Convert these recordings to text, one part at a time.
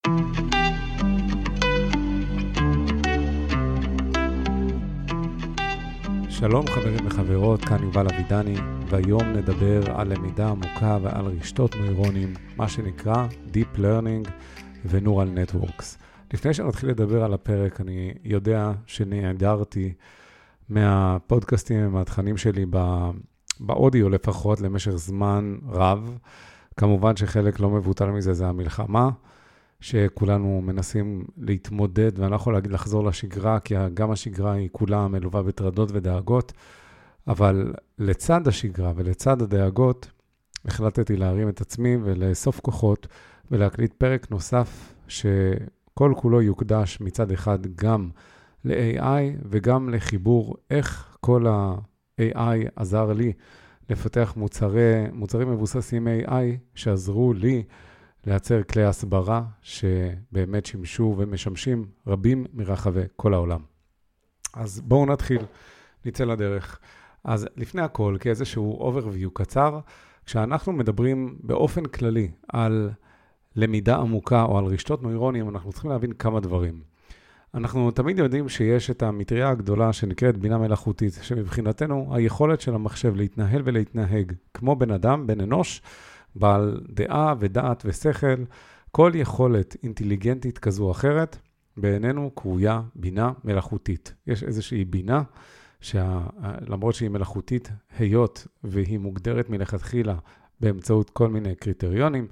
שלום חברים וחברות, כאן יובל אבידני, והיום נדבר על למידה עמוקה ועל רשתות נוירונים, מה שנקרא Deep Learning ו-Neural Networks. לפני שנתחיל לדבר על הפרק, אני יודע שנעדרתי מהפודקאסטים ומהתכנים שלי באודיו לפחות למשך זמן רב. כמובן שחלק לא מבוטל מזה זה המלחמה, שכולנו מנסים להתמודד, ואני לא יכול להגיד לחזור לשגרה, כי גם השגרה היא כולה מלווה בטרדות ודאגות, אבל לצד השגרה ולצד הדאגות, החלטתי להרים את עצמי ולאסוף כוחות, ולהקליט פרק נוסף שכל כולו יוקדש מצד אחד גם ל-AI, וגם לחיבור איך כל ה-AI עזר לי לפתח מוצרים מבוססים AI, שעזרו לי לייצר כלי הסברה שבאמת שימשו ומשמשים רבים מרחבי כל העולם. אז בואו נתחיל, נצא לדרך. אז לפני הכל, כאיזשהו overview קצר, כשאנחנו מדברים באופן כללי על למידה עמוקה או על רשתות נוירונים, אנחנו צריכים להבין כמה דברים. אנחנו תמיד יודעים שיש את המטריה הגדולה שנקראת בינה מלאכותית, שמבחינתנו היכולת של המחשב להתנהל ולהתנהג כמו בן אדם, בן אנוש, בעל דעה ודעת ושכל, כל יכולת אינטליגנטית כזו או אחרת, בעינינו קרויה בינה מלאכותית. יש איזושהי בינה, למרות שהיא מלאכותית, היות והיא מוגדרת מלכתחילה באמצעות כל מיני קריטריונים,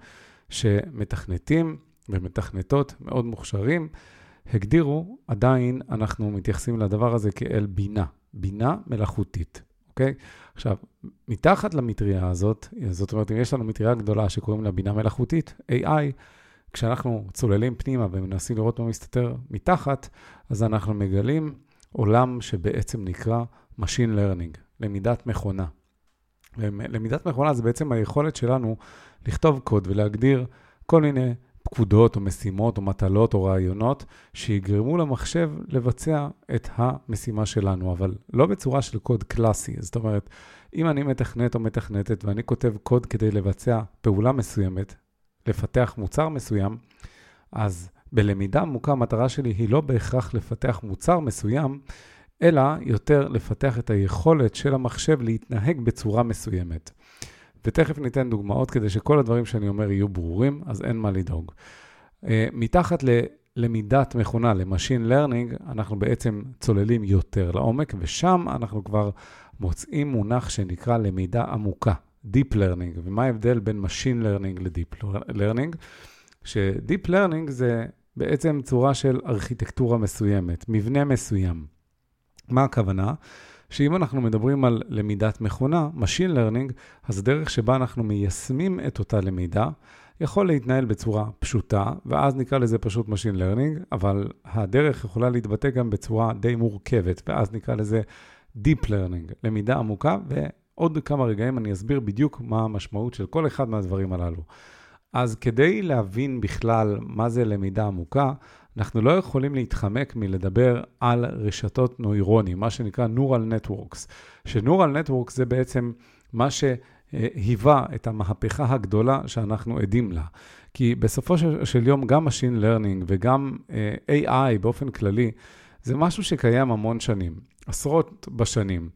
שמתכנתים ומתכנתות מאוד מוכשרים, הגדירו, עדיין אנחנו מתייחסים לדבר הזה כאל בינה מלאכותית. אוקיי? עכשיו, מתחת למטריה הזאת, זאת אומרת, אם יש לנו מטריה גדולה שקוראים לה בינה מלאכותית, AI, כשאנחנו צוללים פנימה ומנסים לראות מה מסתתר מתחת, אז אנחנו מגלים עולם שבעצם נקרא Machine Learning, למידת מכונה. למידת מכונה זה בעצם היכולת שלנו לכתוב קוד ולהגדיר כל מיני פקודות או משימות או מטלות או רעיונות שיגרמו למחשב לבצע את המשימה שלנו, אבל לא בצורה של קוד קלאסי. זאת אומרת, אם אני מתכנת או מתכנתת ואני כותב קוד כדי לבצע פעולה מסוימת, לפתח מוצר מסוים, אז בלמידה עמוקה המטרה שלי היא לא בהכרח לפתח מוצר מסוים, אלא יותר לפתח את היכולת של המחשב להתנהג בצורה מסוימת. ותכף ניתן דוגמאות כדי שכל הדברים שאני אומר יהיו ברורים, אז אין מה לדאוג. מתחת ללמידת מכונה, למשין לרנינג, אנחנו בעצם צוללים יותר לעומק, ושם אנחנו כבר מוצאים מונח שנקרא למידה עמוקה, Deep Learning. ומה ההבדל בין משין לרנינג לדיפ לרנינג? שדיפ לרנינג זה בעצם צורה של ארכיטקטורה מסוימת, מבנה מסוים. מה הכוונה? שאם אנחנו מדברים על למידת מכונה, Machine Learning, אז הדרך שבה אנחנו מיישמים את אותה למידה, יכול להתנהל בצורה פשוטה, ואז נקרא לזה פשוט Machine Learning, אבל הדרך יכולה להתבטא גם בצורה די מורכבת, ואז נקרא לזה Deep Learning, למידה עמוקה, ועוד כמה רגעים אני אסביר בדיוק מה המשמעות של כל אחד מהדברים הללו. אז כדי להבין בכלל מה זה למידה עמוקה, אנחנו לא יכולים להתחמק מלדבר על רשתות נוירונים, מה שנקרא Neural Networks. ש-Neural Networks זה בעצם מה שהיווה את המהפכה הגדולה שאנחנו עדים לה. כי בסופו של יום גם Machine Learning וגם AI באופן כללי, זה משהו שקיים המון שנים, עשרות בשנים.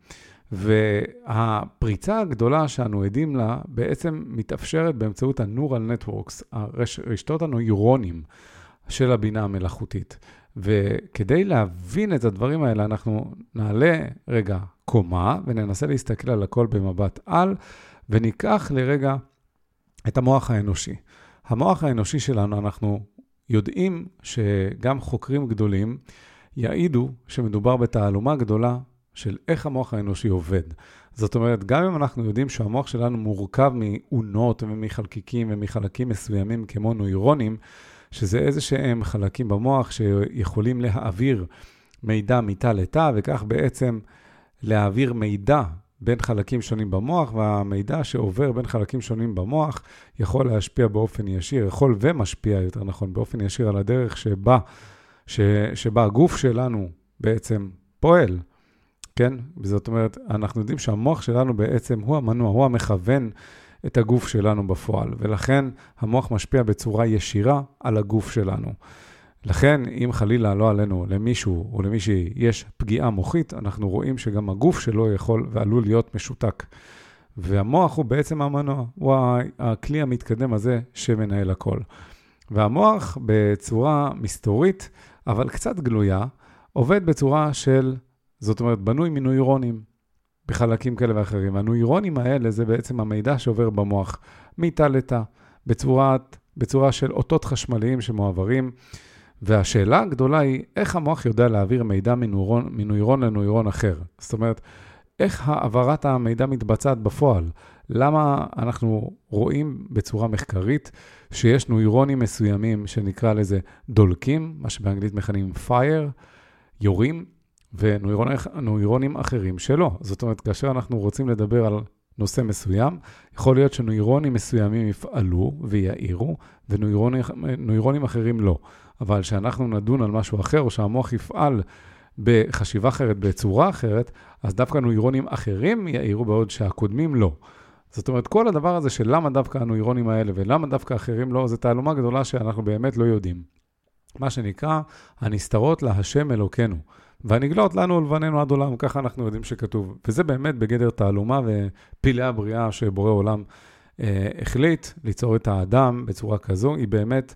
והפריצה הגדולה שאנו עדים לה בעצם מתאפשרת באמצעות ה-Neural Networks, רשתות הנוירונים, של הבינה המלאכותית. וכדי להבין את הדברים האלה, אנחנו נעלה רגע קומה, וננסה להסתכל על הכל במבט על, וניקח לרגע את המוח האנושי. המוח האנושי שלנו, אנחנו יודעים שגם חוקרים גדולים יעידו שמדובר בתעלומה גדולה של איך המוח האנושי עובד. זאת אומרת, גם אם אנחנו יודעים שהמוח שלנו מורכב מאונות ומחלקיקים ומחלקים מסוימים כמו נוירונים, שזה איזה שהם חלקים במוח שיכולים להעביר מידע מתא לתא, וכך בעצם להעביר מידע בין חלקים שונים במוח, והמידע שעובר בין חלקים שונים במוח יכול להשפיע באופן ישיר, יכול ומשפיע יותר נכון, באופן ישיר על הדרך שבה הגוף שלנו בעצם פועל. כן? זאת אומרת, אנחנו יודעים שהמוח שלנו בעצם הוא המנוע, הוא המכוון את הגוף שלנו בפועל, ולכן המוח משפיע בצורה ישירה על הגוף שלנו. לכן, אם חלילה לא עלינו למישהו או למישהי יש פגיעה מוחית, אנחנו רואים שגם הגוף שלו יכול ועלול להיות משותק. והמוח הוא בעצם המנוע, הוא הכלי המתקדם הזה שמנהל הכל. והמוח בצורה מסתורית, אבל קצת גלויה, עובד בצורה של, זאת אומרת, בנוי מנוירונים בחלקים כאלה ואחרים. הנוירונים האלה זה בעצם המידע שעובר במוח, מתא לתא, בצורה של אותות חשמליים שמועברים, והשאלה הגדולה היא, איך המוח יודע להעביר מידע מנוירון לנוירון אחר? זאת אומרת, איך העברת המידע מתבצעת בפועל? למה אנחנו רואים בצורה מחקרית שיש נוירונים מסוימים שנקרא לזה דולקים, מה שבאנגלית מכנים fire, יורים, ונוירונים אחרים שלא. זאת אומרת, כאשר אנחנו רוצים לדבר על נושא מסוים, יכול להיות שנוירונים מסוימים יפעלו ויעירו, ונוירונים אחרים לא. אבל שאנחנו נדון על משהו אחר, או שהמוח יפעל בחשיבה אחרת, בצורה אחרת, אז דווקא נוירונים אחרים יעירו, בעוד שהקודמים לא. זאת אומרת, כל הדבר הזה של למה דווקא הנוירונים האלה, ולמה דווקא אחרים לא, זו תעלומה גדולה שאנחנו באמת לא יודעים. מה שנקרא, הנסתרות להשם אלוקנו. והנגלות לנו ולבננו עד עולם, ככה אנחנו יודעים שכתוב. וזה באמת בגדר תעלומה ופילי הבריאה שבורא עולם החליט ליצור את האדם בצורה כזו, היא באמת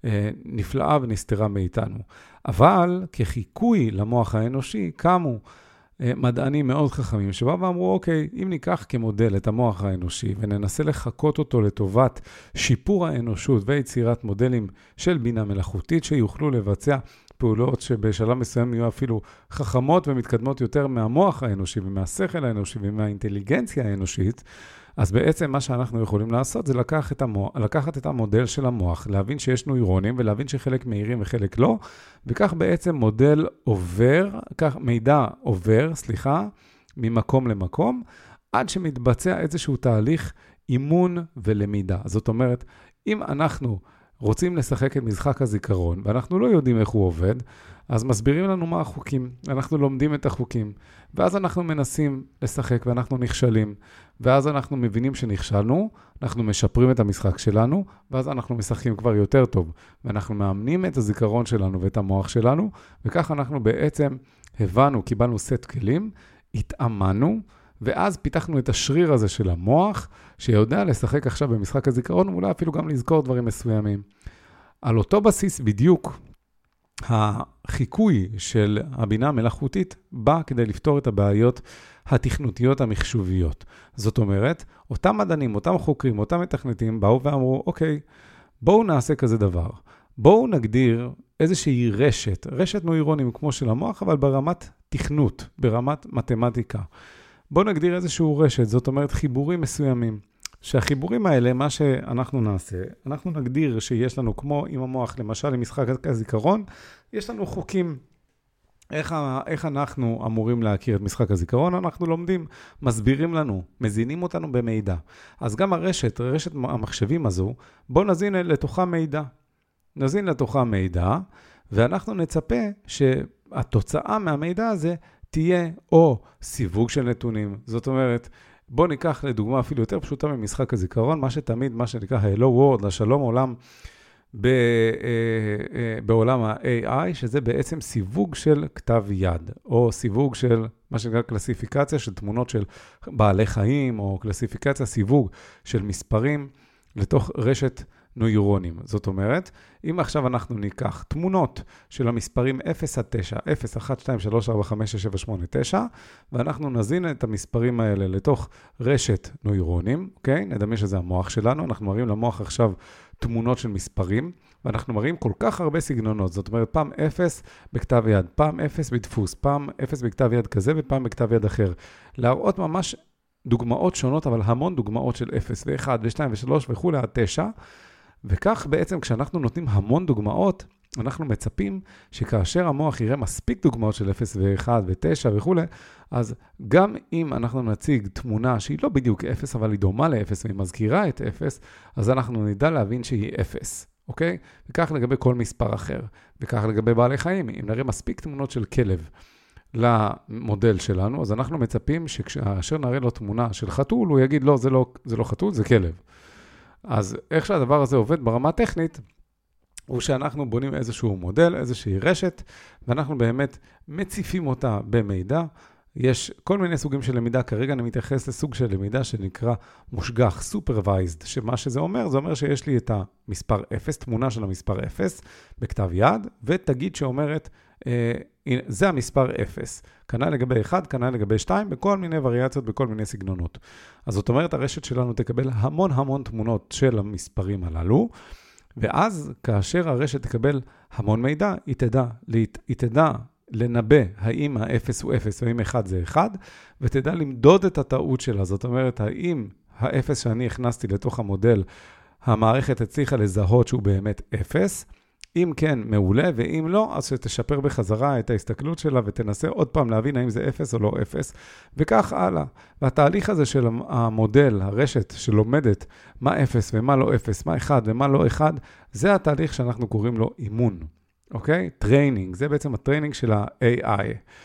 נפלאה ונסתרה מאיתנו. אבל כחיקוי למוח האנושי קמו מדענים מאוד חכמים שבאו ואמרו, אוקיי, אם ניקח כמודל את המוח האנושי וננסה לחקות אותו לטובת שיפור האנושות ויצירת מודלים של בינה מלאכותית שיוכלו לבצע פעולות שבשלב מסוים יהיו אפילו חכמות ומתקדמות יותר מהמוח האנושי ומהשכל האנושי ומהאינטליגנציה האנושית, אז בעצם מה שאנחנו יכולים לעשות זה לקחת את המודל של המוח, להבין שיש נוירונים ולהבין שחלק מהירים וחלק לא, וכך בעצם מודל עובר, כך מידע עובר, ממקום למקום, עד שמתבצע איזשהו תהליך אימון ולמידה. זאת אומרת, אם אנחנו רוצים לשחק את משחק הזיכרון, ואנחנו לא יודעים איך הוא עובד, אז מסבירים לנו מה החוקים, אנחנו לומדים את החוקים, ואז אנחנו מנסים לשחק ואנחנו נכשלים, ואז אנחנו מבינים שנכשלנו, אנחנו משפרים את המשחק שלנו, ואז אנחנו משחקים כבר יותר טוב, ואנחנו מאמנים את הזיכרון שלנו ואת המוח שלנו, וכך אנחנו בעצם הבנו, קיבלנו סט כלים, התאמנו, ואז פיתחנו את השריר הזה של המוח, שיודע לשחק עכשיו במשחק הזיכרון, ואולי אפילו גם לזכור דברים מסוימים. על אותו בסיס בדיוק, החיקוי של הבינה המלאכותית בא כדי לפתור את הבעיות התכנותיות המחשוביות. זאת אומרת, אותם מדענים, אותם חוקרים, אותם מתכנתים באו ואמרו, אוקיי, בואו נעשה כזה דבר. בואו נגדיר איזושהי רשת נוירונים כמו של המוח, אבל ברמת תכנות, ברמת מתמטיקה. בואו נגדיר איזשהו רשת, זאת אומרת חיבורים מסוימים. שהחיבורים האלה, מה שאנחנו נעשה, אנחנו נגדיר שיש לנו כמו עם המוח, למשל למשחק הזיכרון, יש לנו חוקים. איך אנחנו אמורים להכיר את משחק הזיכרון? אנחנו לומדים, מסבירים לנו, מזינים אותנו במידע. אז גם רשת המחשבים הזו, בואו נזין לתוכה מידע. נזין לתוכה מידע, ואנחנו נצפה שהתוצאה מהמידע הזה תהיה או סיווג של נתונים. זאת אומרת, בואו ניקח לדוגמה אפילו יותר פשוטה ממשחק הזיכרון, מה שתמיד, מה שנקרא Hello World, לשלום עולם בעולם ה-AI, שזה בעצם סיווג של כתב יד, או סיווג של מה שנקרא קלסיפיקציה של תמונות של בעלי חיים, או קלסיפיקציה, סיווג של מספרים לתוך רשת נוירונים. זאת אומרת, אם עכשיו אנחנו ניקח תמונות של המספרים 0 עד 9, 0, 1, 2, 3, 4, 5, 6, 7, 8, 9, ואנחנו נזין את המספרים האלה לתוך רשת נוירונים, אוקיי? נדמה שזה המוח שלנו, אנחנו מראים למוח עכשיו תמונות של מספרים, ואנחנו מראים כל כך הרבה סגנונות, זאת אומרת, פעם 0 בכתב יד, פעם 0 בדפוס, פעם 0 בכתב יד כזה, ופעם בכתב יד אחר. להראות ממש דוגמאות שונות, אבל המון דוגמאות של 0 ו-1 ו-2 ו-3 וכו' עד 9, וכך בעצם כשאנחנו נותנים המון דוגמאות, אנחנו מצפים שכאשר המוח יראה מספיק דוגמאות של 0 ו-1 ו-9 וכו', אז גם אם אנחנו נציג תמונה שהיא לא בדיוק 0, אבל היא דומה ל-0 והיא מזכירה את 0, אז אנחנו נדע להבין שהיא 0, אוקיי? וכך לגבי כל מספר אחר, וכך לגבי בעלי חיים. אם נראה מספיק תמונות של כלב, למודל שלנו, אז אנחנו מצפים שכאשר נראה לו תמונה של חתול, הוא יגיד, לא, זה לא חתול, זה כלב. אז איך שהדבר הזה עובד ברמה הטכנית, הוא שאנחנו בונים איזשהו מודל, איזושהי רשת, ואנחנו באמת מציפים אותה במידע. יש כל מיני סוגים של למידה, כרגע אני מתייחס לסוג של למידה שנקרא מושגח, supervised, שמה שזה אומר, זה אומר שיש לי את המספר 0, תמונה של המספר 0 בכתב יד, ותגיד שאומרת, זה המספר 0. כנ"ל לגבי 1, כנ"ל לגבי 2, בכל מיני וריאציות, בכל מיני סגנונות. אז זאת אומרת, הרשת שלנו תקבל המון תמונות של המספרים הללו, ואז כאשר הרשת תקבל המון מידע, היא תדע לנבא האם ה-0 הוא 0 או האם 1 זה 1, ותדע למדוד את הטעות שלה. זאת אומרת, האם ה-0 שאני הכנסתי לתוך המודל, המערכת הצליחה לזהות שהוא באמת 0, אם כן, מעולה, ואם לא, אז שתשפר בחזרה את ההסתכלות שלה, ותנסה עוד פעם להבין האם זה 0 או לא 0, וכך הלאה. והתהליך הזה של המודל, הרשת שלומדת מה 0 ומה לא 0, מה 1 ומה לא 1, זה התהליך שאנחנו קוראים לו אימון. אוקיי? טריינינג, זה בעצם הטריינינג של ה-AI.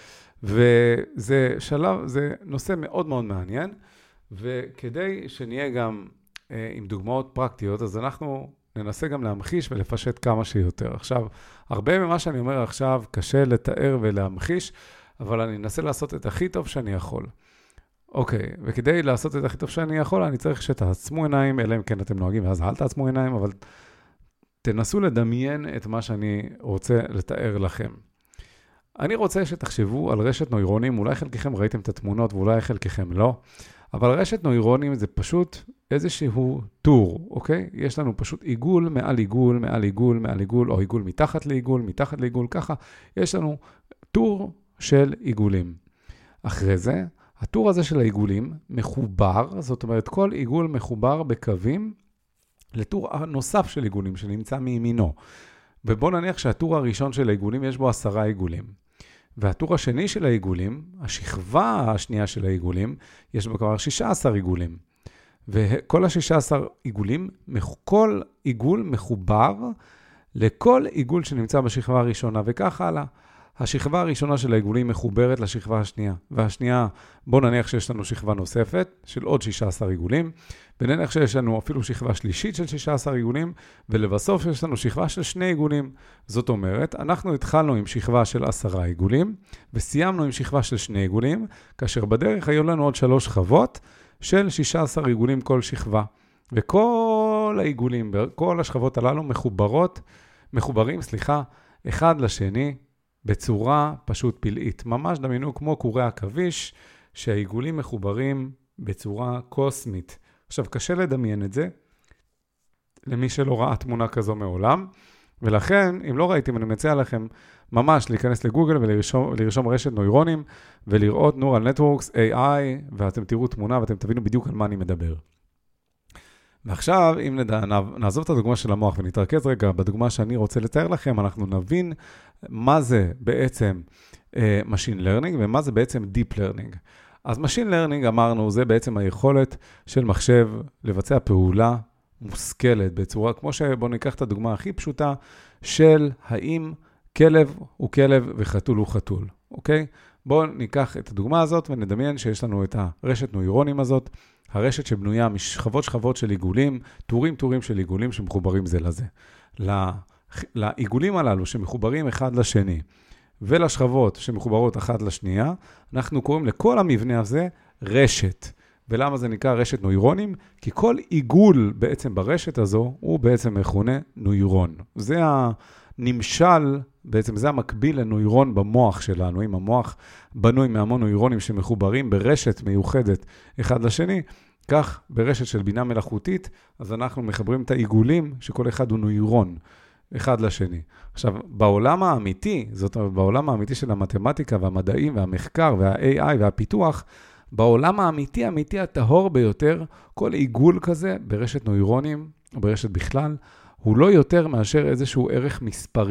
וזה שלב, זה נושא מאוד מעניין, וכדי שנהיה גם עם דוגמאות פרקטיות, אז אנחנו ננסה גם להמחיש ולפשט כמה שיותר. עכשיו, הרבה ממה שאני אומר עכשיו קשה לתאר ולהמחיש, אבל אני אנסה לעשות את הכי טוב שאני יכול. אוקיי, וכדי לעשות את הכי טוב שאני יכול, אני צריך שתעצמו עיניים, אלא אם כן אתם נוהגים, ואז אל תעצמו עיניים, אבל תנסו לדמיין את מה שאני רוצה לתאר לכם. אני רוצה שתחשבו על רשת נוירונים, אולי חלקכם ראיתם את התמונות ואולי חלקכם לא, אבל רשת נוירונים זה פשוט איזשהו טור, אוקיי? יש לנו פשוט עיגול, מעל עיגול, מעל עיגול, מעל עיגול, או עיגול מתחת לעיגול, מתחת לעיגול, ככה. יש לנו טור של עיגולים. אחרי זה, הטור הזה של העיגולים מחובר, זאת אומרת, כל עיגול מחובר בקווים, לטור נוסף של עיגולים שנמצא מימינו. ובוא נניח שהטור הראשון של העיגולים יש בו 10 עיגולים. והטור השני של העיגולים, השכבה השנייה של העיגולים, יש בו כבר 16 עיגולים. וכל ה-16 עיגולים, כל עיגול מחובר לכל עיגול שנמצא בשכבה הראשונה, וכך הלאה. השכבה הראשונה של העיגולים מחוברת לשכבה השנייה, והשנייה, בוא נניח שיש לנו שכבה נוספת של עוד 16 עיגולים, ונניח שיש לנו אפילו שכבה שלישית של 16 עיגולים, ולבסוף יש לנו שכבה של 2 עיגולים. זאת אומרת, אנחנו התחלנו עם שכבה של 10 עיגולים, וסיימנו עם שכבה של 2 עיגולים, כאשר בדרך היו לנו עוד 3 שכבות של 16 עיגולים כל שכבה. וכל העיגולים, כל השכבות הללו מחוברים, אחד לשני, בצורה פשוט פלאית. ממש דמיינו כמו קורי עכביש, שהעיגולים מחוברים בצורה קוסמית. עכשיו, קשה לדמיין את זה, למי שלא ראה תמונה כזו מעולם, ולכן, אם לא ראיתם, אני מציע לכם ממש להיכנס לגוגל ולרשום רשת נוירונים, ולראות Neural Networks, AI, ואתם תראו תמונה ואתם תבינו בדיוק על מה אני מדבר. ועכשיו, אם נעזוב את הדוגמה של המוח ונתרכז רגע בדוגמה שאני רוצה לתאר לכם, אנחנו נבין מה זה בעצם Machine Learning ומה זה בעצם Deep Learning. אז Machine Learning, אמרנו, זה בעצם היכולת של מחשב לבצע פעולה מושכלת בצורה, כמו שבוא ניקח את הדוגמה הכי פשוטה, של האם כלב הוא כלב וחתול הוא חתול, אוקיי? בואו ניקח את הדוגמה הזאת ונדמיין שיש לנו את הרשת נוירונים הזאת, הרשת שבנויה משכבות של עיגולים, טורים של עיגולים שמחוברים זה לזה. לעיגולים הללו שמחוברים אחד לשני, ולשכבות שמחוברות אחת לשנייה, אנחנו קוראים לכל המבנה הזה רשת. ולמה זה נקרא רשת נוירונים? כי כל עיגול בעצם ברשת הזו הוא בעצם מכונה נוירון. זה הנמשל, בעצם זה המקביל לנוירון במוח שלנו. אם המוח בנוי מהמון נוירונים שמחוברים ברשת מיוחדת אחד לשני, כך ברשת של בינה מלאכותית, אז אנחנו מחברים את העיגולים שכל אחד הוא נוירון אחד לשני. עכשיו, בעולם האמיתי, זאת אומרת, בעולם האמיתי של המתמטיקה והמדעים והמחקר וה-AI והפיתוח, בעולם האמיתי הטהור ביותר, כל עיגול כזה ברשת נוירונים, או ברשת בכלל, הוא לא יותר מאשר איזשהו ערך מספרי.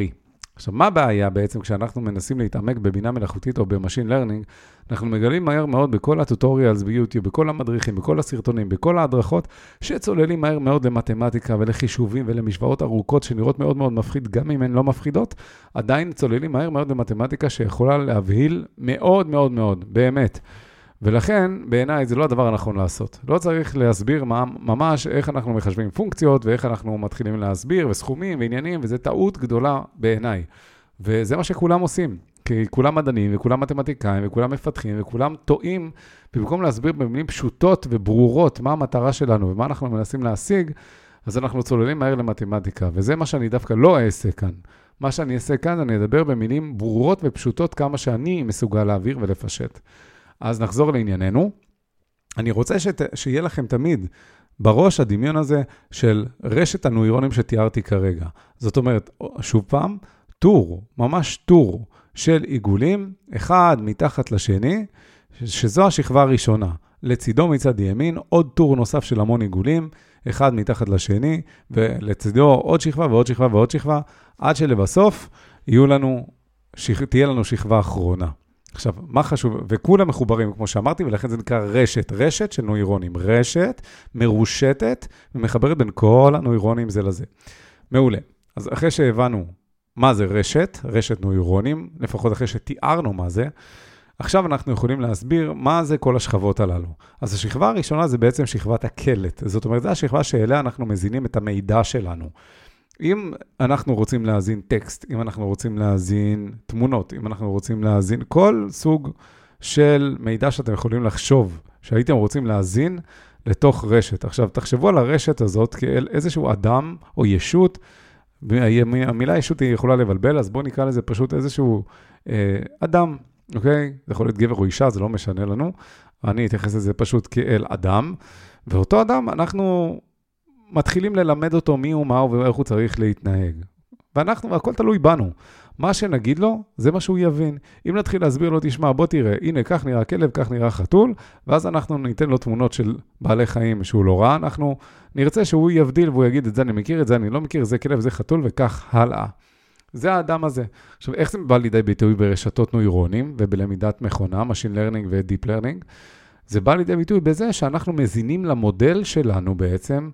עכשיו, מה הבעיה בעצם כשאנחנו מנסים להתעמק בבינה מלאכותית או במשין לרנינג? אנחנו מגלים מהר מאוד בכל הטוטוריאלס ביוטיוב, בכל המדריכים, בכל הסרטונים, בכל ההדרכות, שצוללים מהר מאוד למתמטיקה ולחישובים ולמשוואות ארוכות שנראות מאוד מאוד מפחיד, גם אם הן לא מפחידות, עדיין צוללים מהר מאוד למתמטיקה שיכולה להבהיל מאוד מאוד מאוד, באמת. ולכן, בעיניי, זה לא הדבר הנכון לעשות. לא צריך להסביר ממש איך אנחנו מחשבים פונקציות, ואיך אנחנו מתחילים להסביר, וסכומים ועניינים, וזה טעות גדולה בעיניי. וזה מה שכולם עושים. כי כולם מדענים, וכולם מתמטיקאים, וכולם מפתחים, וכולם טועים, ובמקום להסביר במילים פשוטות וברורות מה המטרה שלנו, ומה אנחנו מנסים להשיג, אז אנחנו צוללים מהר למתמטיקה. וזה מה שאני דווקא לא אעשה כאן. מה שאני אעשה כאן, אני אדבר במילים ברורות ופשוטות כמה שאני מסוגל להעביר ולפשט. אז נחזור לענייננו. אני רוצה שיהיה לכם תמיד בראש הדמיון הזה של רשת הנוירונים שתיארתי כרגע. זאת אומרת, שוב פעם, טור, ממש טור של עיגולים, אחד מתחת לשני, שזו השכבה הראשונה. לצידו מצד ימין, עוד טור נוסף של המון עיגולים, אחד מתחת לשני, ולצידו עוד שכבה ועוד שכבה ועוד שכבה, עד שלבסוף תהיה לנו שכבה אחרונה. עכשיו, מה חשוב? וכולם מחוברים, כמו שאמרתי, ולכן זה נקרא רשת של נוירונים. רשת מרושתת ומחברת בין כל הנוירונים זה לזה. מעולה. אז אחרי שהבנו מה זה רשת נוירונים, לפחות אחרי שתיארנו מה זה, עכשיו אנחנו יכולים להסביר מה זה כל השכבות הללו. אז השכבה הראשונה זה בעצם שכבת הקלט. זאת אומרת, זו השכבה שאליה אנחנו מזינים את המידע שלנו. אם אנחנו רוצים להזין טקסט, אם אנחנו רוצים להזין תמונות, אם אנחנו רוצים להזין כל סוג של מידע שאתם יכולים לחשוב, שהייתם רוצים להזין לתוך רשת. עכשיו, תחשבו על הרשת הזאת כאל איזשהו אדם או ישות, המילה ישות היא יכולה לבלבל, אז בואו נקרא לזה פשוט איזשהו אדם, אוקיי? זה יכול להיות גבר או אישה, זה לא משנה לנו. אני אתייחס לזה פשוט כאל אדם, ואותו אדם אנחנו מתחילים ללמד אותו מי הוא, מהו ואיך הוא צריך להתנהג. והכל תלוי בנו. מה שנגיד לו, זה מה שהוא יבין. אם נתחיל להסביר לו, תשמע, בוא תראה, הנה, כך נראה כלב, כך נראה חתול, ואז אנחנו ניתן לו תמונות של בעלי חיים שהוא לא ראה, אנחנו נרצה שהוא יבדיל והוא יגיד, את זה אני מכיר, את זה אני לא מכיר, זה כלב, זה חתול, וכך הלאה. זה האדם הזה. עכשיו, איך זה בא לידי ביטוי ברשתות נוירונים ובלמידת מכונה, Machine Learning ו-Deep Learning? זה בא לידי ביטוי בזה שאנחנו מזינים למודל שלנו בעצם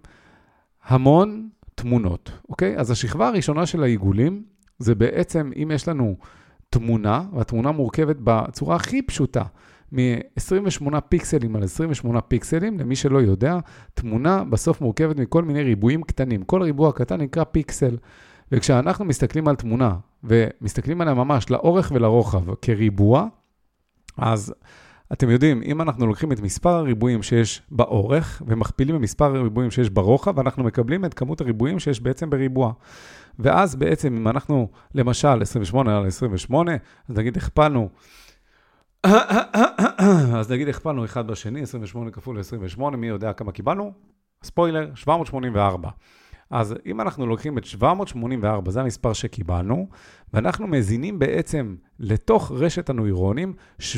המון תמונות, אוקיי? אז השכבה הראשונה של העיגולים, זה בעצם אם יש לנו תמונה, והתמונה מורכבת בצורה הכי פשוטה, מ-28 פיקסלים על 28 פיקסלים, למי שלא יודע, תמונה בסוף מורכבת מכל מיני ריבועים קטנים. כל ריבוע קטן נקרא פיקסל. וכשאנחנו מסתכלים על תמונה, ומסתכלים עליה ממש לאורך ולרוחב כריבוע, אז אתם יודעים, אם אנחנו לוקחים את מספר הריבועים שיש באורך, ומכפילים במספר הריבועים שיש ברוחב, אנחנו מקבלים את כמות הריבועים שיש בעצם בריבוע. ואז בעצם, אם אנחנו, למשל, 28 על 28, אז נגיד הכפלנו אחד בשני, 28 כפול 28, מי יודע כמה קיבלנו? ספוילר, 784. אז אם אנחנו לוקחים את 784, זה המספר שקיבלנו, ואנחנו מזינים בעצם לתוך רשת הנוירונים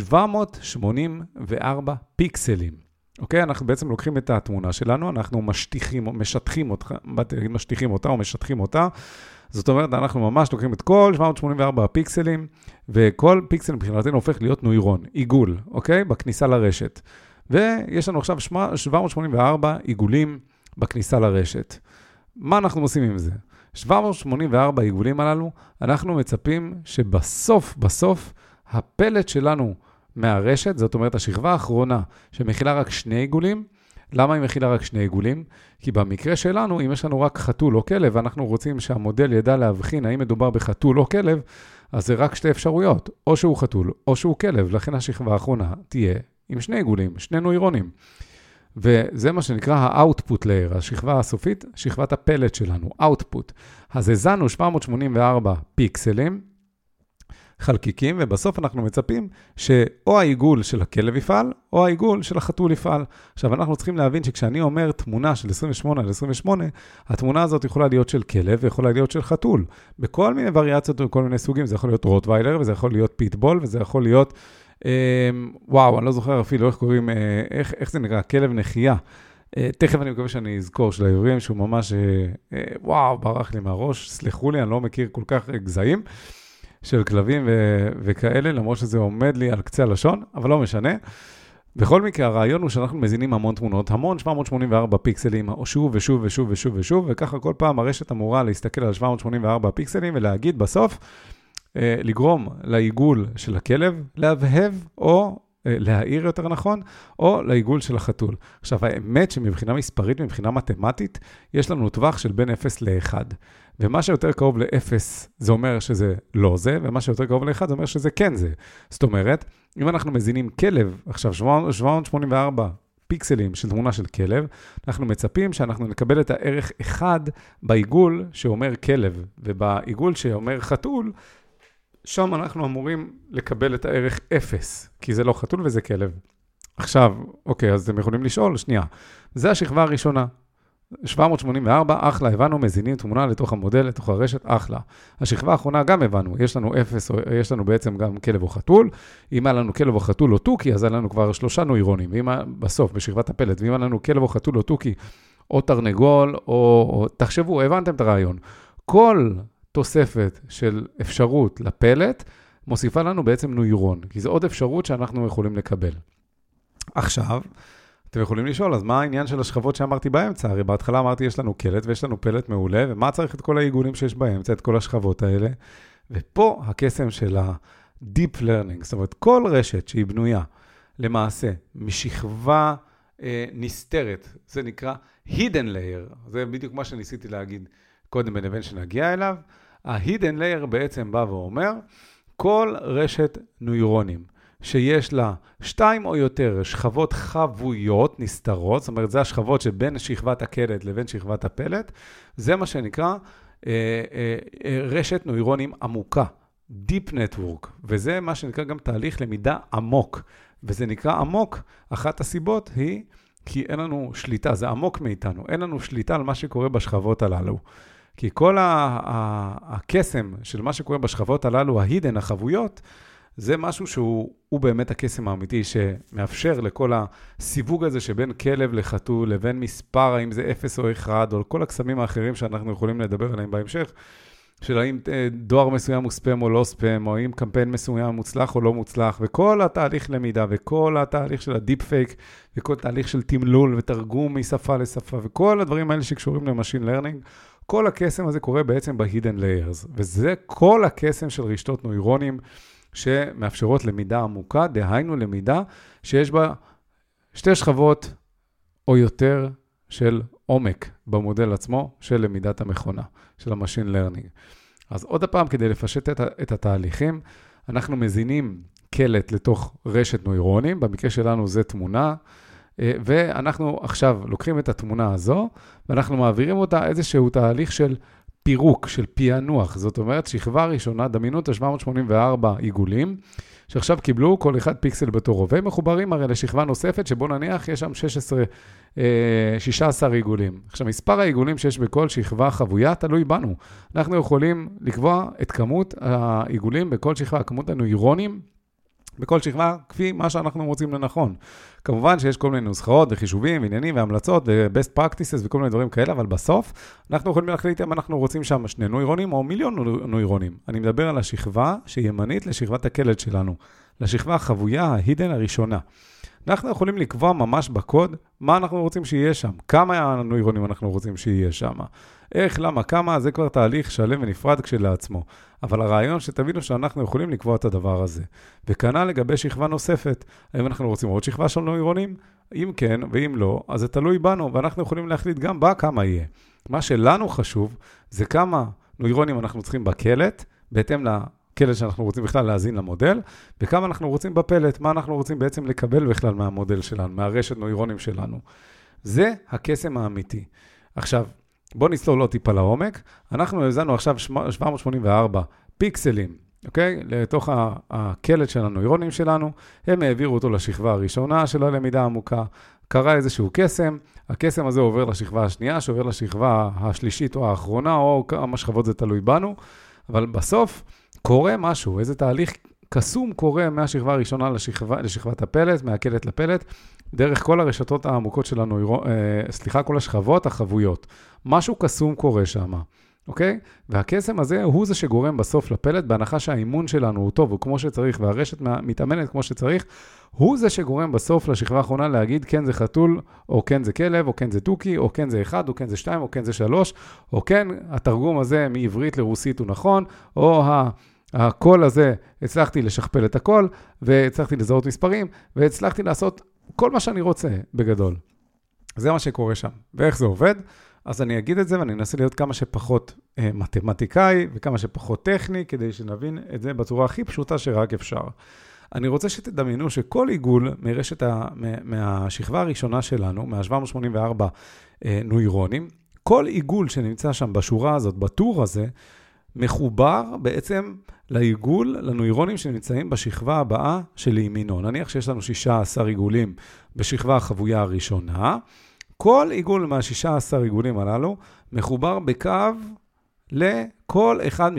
784 פיקסלים. אוקיי? אנחנו בעצם לוקחים את התמונה שלנו, אנחנו משטחים אותה או משטחים אותה. זאת אומרת, אנחנו ממש לוקחים את כל 784 פיקסלים, וכל פיקסל מבחינתנו הופך להיות נוירון, עיגול, אוקיי? בכניסה לרשת. ויש לנו עכשיו 784 עיגולים בכניסה לרשת. מה אנחנו עושים עם זה? 784 עיגולים הללו, אנחנו מצפים שבסוף, הפלט שלנו מהרשת, זאת אומרת, השכבה האחרונה שמכילה רק 2 עיגולים, למה היא מכילה רק 2 עיגולים? כי במקרה שלנו, אם יש לנו רק חתול או כלב, ואנחנו רוצים שהמודל ידע להבחין האם מדובר בחתול או כלב, אז זה רק 2 אפשרויות, או שהוא חתול או שהוא כלב, לכן השכבה האחרונה תהיה עם 2 עיגולים, 2 נוירונים. וזה מה שנקרא ה-output layer, השכבה הסופית, שכבת הפלט שלנו, output. אז הזנו 784 פיקסלים, חלקיקים, ובסוף אנחנו מצפים שאו העיגול של הכלב יפעל, או העיגול של החתול יפעל. עכשיו, אנחנו צריכים להבין שכשאני אומר תמונה של 28 על 28, התמונה הזאת יכולה להיות של כלב, ויכולה להיות של חתול. בכל מיני וריאציות ובכל מיני סוגים, זה יכול להיות רוטוויילר, וזה יכול להיות פיטבול, וזה יכול להיות, וואו, אני לא זוכר אפילו איך קוראים, איך זה נקרא, כלב נחייה. תכף אני מקווה שאני אזכור של העבריים, שהוא ממש, וואו, ברח לי מהראש, סלחו לי, אני לא מכיר כל כך גזעים של כלבים וכאלה, למרות שזה עומד לי על קצה הלשון, אבל לא משנה. בכל מקרה, הרעיון הוא שאנחנו מזינים המון תמונות, המון 784 פיקסלים, או שוב ושוב ושוב ושוב ושוב, וככה כל פעם הרשת אמורה להסתכל על 784 פיקסלים, ולהגיד בסוף, לגרום לעיגול של הכלב, להבהב או להעיר יותר נכון, או לעיגול של החתול. עכשיו, האמת שמבחינה מספרית, מבחינה מתמטית, יש לנו טווח של בין 0 ל-1. ומה שיותר קרוב ל-0 זה אומר שזה לא זה, ומה שיותר קרוב ל-1 זה אומר שזה כן זה. זאת אומרת, אם אנחנו מזינים כלב, עכשיו 784 פיקסלים של תמונה של כלב, אנחנו מצפים שאנחנו נקבל את הערך 1 בעיגול שאומר כלב, ובעיגול שאומר חתול, שם אנחנו אמורים לקבל את הערך 0, כי זה לא חתול וזה כלב. עכשיו, אוקיי, אז אתם יכולים לשאול, שנייה. זה השכבה הראשונה. 784, אחלה, הבנו, מזינים תמונה לתוך המודל, לתוך הרשת, אחלה. השכבה האחרונה גם הבנו, יש לנו 0, יש לנו בעצם גם כלב או חתול. אם היה לנו כלב או חתול או טוקי, אז היה לנו כבר 3 נוירונים. ואם בסוף, בשכבת הפלט, ואם היה לנו כלב או חתול או טוקי, או תרנגול, או תחשבו, הבנתם את הרעיון. כל תוספת של אפשרות לפלט, מוסיפה לנו בעצם נוירון, כי זו עוד אפשרות שאנחנו יכולים לקבל. עכשיו, אתם יכולים לשאול, אז מה העניין של השכבות שאמרתי באמצע? הרי בהתחלה אמרתי, יש לנו קלט ויש לנו פלט מעולה, ומה צריך את כל העיגולים שיש באמצע, את כל השכבות האלה? ופה הקסם של ה-deep learning, זאת אומרת, כל רשת שהיא בנויה, למעשה, משכבה נסתרת, זה נקרא hidden layer, זה בדיוק מה שניסיתי להגיד קודם בנבן שנגיע אליו, ה-hidden layer בעצם בא ואומר, כל רשת נוירונים שיש לה 2 או יותר שכבות חבויות נסתרות, זאת אומרת, זה השכבות שבין שכבת הקלט לבין שכבת הפלט, זה מה שנקרא רשת נוירונים עמוקה, Deep Network, וזה מה שנקרא גם תהליך למידה עמוק, וזה נקרא עמוק, אחת הסיבות היא כי אין לנו שליטה, זה עמוק מאיתנו, אין לנו שליטה על מה שקורה בשכבות הללו. כי כל הקסם של מה שקורה בשכבות הללו, ההידן, החבויות, זה משהו שהוא באמת הקסם האמיתי, שמאפשר לכל הסיווג הזה שבין כלב לחתול, לבין מספר, האם זה 0 או 1, או כל הקסמים האחרים שאנחנו יכולים לדבר עליהם בהמשך, של האם דואר מסוים הוא ספם או לא ספם, או האם קמפיין מסוים מוצלח או לא מוצלח, וכל התהליך למידה, וכל התהליך של הדיפ פייק, וכל תהליך של תמלול ותרגום משפה לשפה, וכל הדברים האלה שקשורים למשין לרנינג, כל הקסם הזה קורה בעצם ב-hidden layers, וזה כל הקסם של רשתות נוירונים שמאפשרות למידה עמוקה, דהיינו למידה שיש בה 2 שכבות או יותר של עומק במודל עצמו של למידת המכונה, של המשין לרנינג. אז עוד הפעם, כדי לפשט את התהליכים, אנחנו מזינים קלט לתוך רשת נוירונים, במקרה שלנו זה תמונה, ואנחנו עכשיו לוקחים את התמונה הזו, ואנחנו מעבירים אותה איזשהו תהליך של פירוק, של פענוח. זאת אומרת, שכבה ראשונה, דמיינו את ה-784 עיגולים, שעכשיו קיבלו כל אחד פיקסל בתור רובה, מחוברים הרי לשכבה נוספת, שבו נניח יש שם 16 עיגולים. עכשיו, מספר העיגולים שיש בכל שכבה חבויה תלוי בנו. אנחנו יכולים לקבוע את כמות העיגולים בכל שכבה, כמות הנוירונים, בכל שכבה, כפי מה שאנחנו רוצים לנכון. כמובן שיש כל מיני נוסחאות וחישובים, עניינים והמלצות ו-best practices וכל מיני דברים כאלה, אבל בסוף אנחנו יכולים להחליט אם אנחנו רוצים שם 2 נוירונים או 1,000,000 נוירונים. אני מדבר על השכבה שימנית לשכבת הקלט שלנו, לשכבה החבויה, ההידן הראשונה. אנחנו יכולים לקבוע ממש בקוד מה אנחנו רוצים שיהיה שם, כמה נוירונים אנחנו רוצים שיהיה שם, איך, למה, כמה, זה כבר תהליך שלם ונפרד כשלעצמו. אבל הרעיון שתבינו שאנחנו יכולים לקבוע את הדבר הזה. וכנ"ל לגבי שכבה נוספת, האם אנחנו רוצים עוד שכבה של נוירונים? אם כן ואם לא, אז זה תלוי בנו, ואנחנו יכולים להחליט גם בה כמה יהיה. מה שלנו חשוב זה כמה נוירונים אנחנו צריכים בקלט, בהתאם לקלט שאנחנו רוצים בכלל להזין למודל, וכמה אנחנו רוצים בפלט, מה אנחנו רוצים בעצם לקבל בכלל מהמודל שלנו, מהרשת נוירונים שלנו. זה הקסם האמיתי. עכשיו, בואו נסלול עוד טיפה לעומק. אנחנו הזנו עכשיו 784 פיקסלים, אוקיי? לתוך הקלט של הנוירונים שלנו. הם העבירו אותו לשכבה הראשונה של הלמידה העמוקה. קרה איזשהו קסם. הקסם הזה עובר לשכבה השנייה, שעובר לשכבה השלישית או האחרונה, או כמה שכבות זה תלוי בנו. אבל בסוף קורה משהו, איזה תהליך קסום קורה מהשכבה הראשונה לשכבת הפלט, מהקלט לפלט, דרך כל הרשתות העמוקות שלנו, כל השכבות החבויות. משהו קסום קורה שם, אוקיי? והקסם הזה הוא זה שגורם בסוף לפלט, בהנחה שהאימון שלנו הוא טוב, הוא כמו שצריך, והרשת מתאמנת כמו שצריך, הוא זה שגורם בסוף לשכבה האחרונה להגיד, כן זה חתול, או כן זה כלב, או כן זה טוקי, או כן זה 1, או כן זה 2, או כן זה 3, או כן, התרגום הזה מעברית לרוסית הוא נכון, או הקול הזה, הצלחתי לשכפל את הקול, והצלחתי לזהות מספרים, והצלחתי לעשות כל מה שאני רוצה בגדול. זה מה שקורה שם. ואיך זה עובד? אז אני אגיד את זה, ואני אנסה להיות כמה שפחות מתמטיקאי, וכמה שפחות טכני, כדי שנבין את זה בצורה הכי פשוטה שרק אפשר. אני רוצה שתדמיינו שכל עיגול מהשכבה הראשונה שלנו, מה-784 נוירונים, כל עיגול שנמצא שם בשורה הזאת, בטור הזה, מחובר בעצם לעיגול, לנוירונים שנמצאים בשכבה הבאה של ימינו. נניח שיש לנו 16 עיגולים בשכבה החבויה הראשונה, כל עיגול מה-16 עיגולים הללו מחובר בקו לכל אחד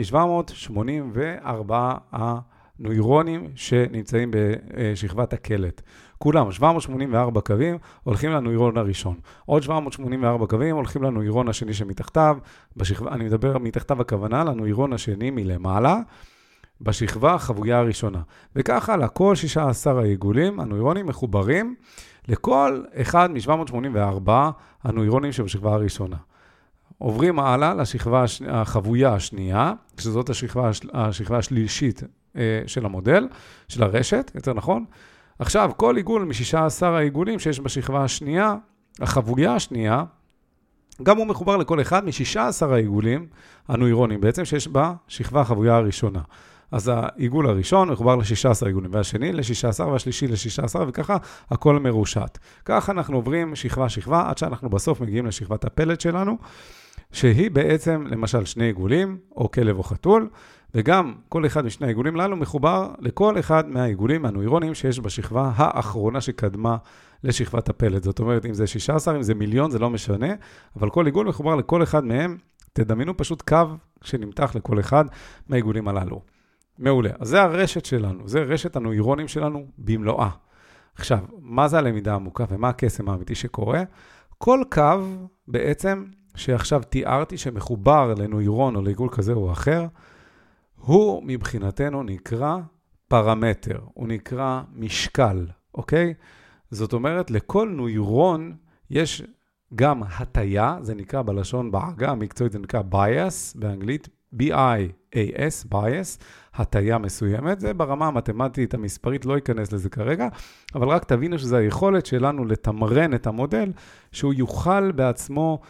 מ-784 הנוירונים שנמצאים בשכבת הקלט. כולם, 784 קווים הולכים לנוירון הראשון. עוד 784 קווים הולכים לנוירון השני שמתחתיו. אני מדבר מתחתיו הכוונה לנוירון השני מלמעלה, בשכבה החבויה הראשונה. וככה לכל 16 העיגולים, הנוירונים מחוברים לכל אחד מ-784 הנוירונים שבשכבה הראשונה. עוברים הלאה לשכבה החבויה השנייה, שזאת השכבה השלישית של המודל, של הרשת, יותר נכון. עכשיו, כל עיגול מ-16 העיגולים שיש בשכבה השנייה, החבויה השנייה, גם הוא מחובר לכל אחד מ-16 העיגולים הנוירונים, בעצם שיש בשכבה החבויה הראשונה. אז העיגול הראשון מחובר ל-16 עיגולים, והשני ל-16 והשלישי ל-16, וככה הכל מרושת. ככה אנחנו עוברים שכבה, עד שאנחנו בסוף מגיעים לשכבת הפלט שלנו, שהיא בעצם למשל שני עיגולים, או כלב או חתול, וגם כל אחד משני העיגולים הללו מחובר לכל אחד מהעיגולים הנוירונים שיש בשכבה האחרונה שקדמה לשכבת הפלט. זאת אומרת, אם זה 16, אם זה מיליון, זה לא משנה, אבל כל עיגול מחובר לכל אחד מהם, תדמיינו פשוט קו שנמתח לכל אחד מהעיגולים הללו. מעולה. אז זה הרשת שלנו, זה רשת הנוירונים שלנו במלואה. עכשיו, מה זה הלמידה העמוקה ומה הקסם האמיתי שקורה? כל קו בעצם שעכשיו תיארתי שמחובר לנוירון או לעיגול כזה או אחר, הוא מבחינתנו נקרא פרמטר, הוא נקרא משקל, אוקיי? זאת אומרת, לכל נוירון יש גם הטיה, זה נקרא בלשון בעגה המקצועית, זה נקרא bias, באנגלית B-I-A-S, bias, הטיה מסוימת, זה ברמה המתמטית, המספרית, לא ייכנס לזה כרגע, אבל רק תבינו שזו היכולת שלנו לתמרן את המודל, שהוא יוכל בעצמו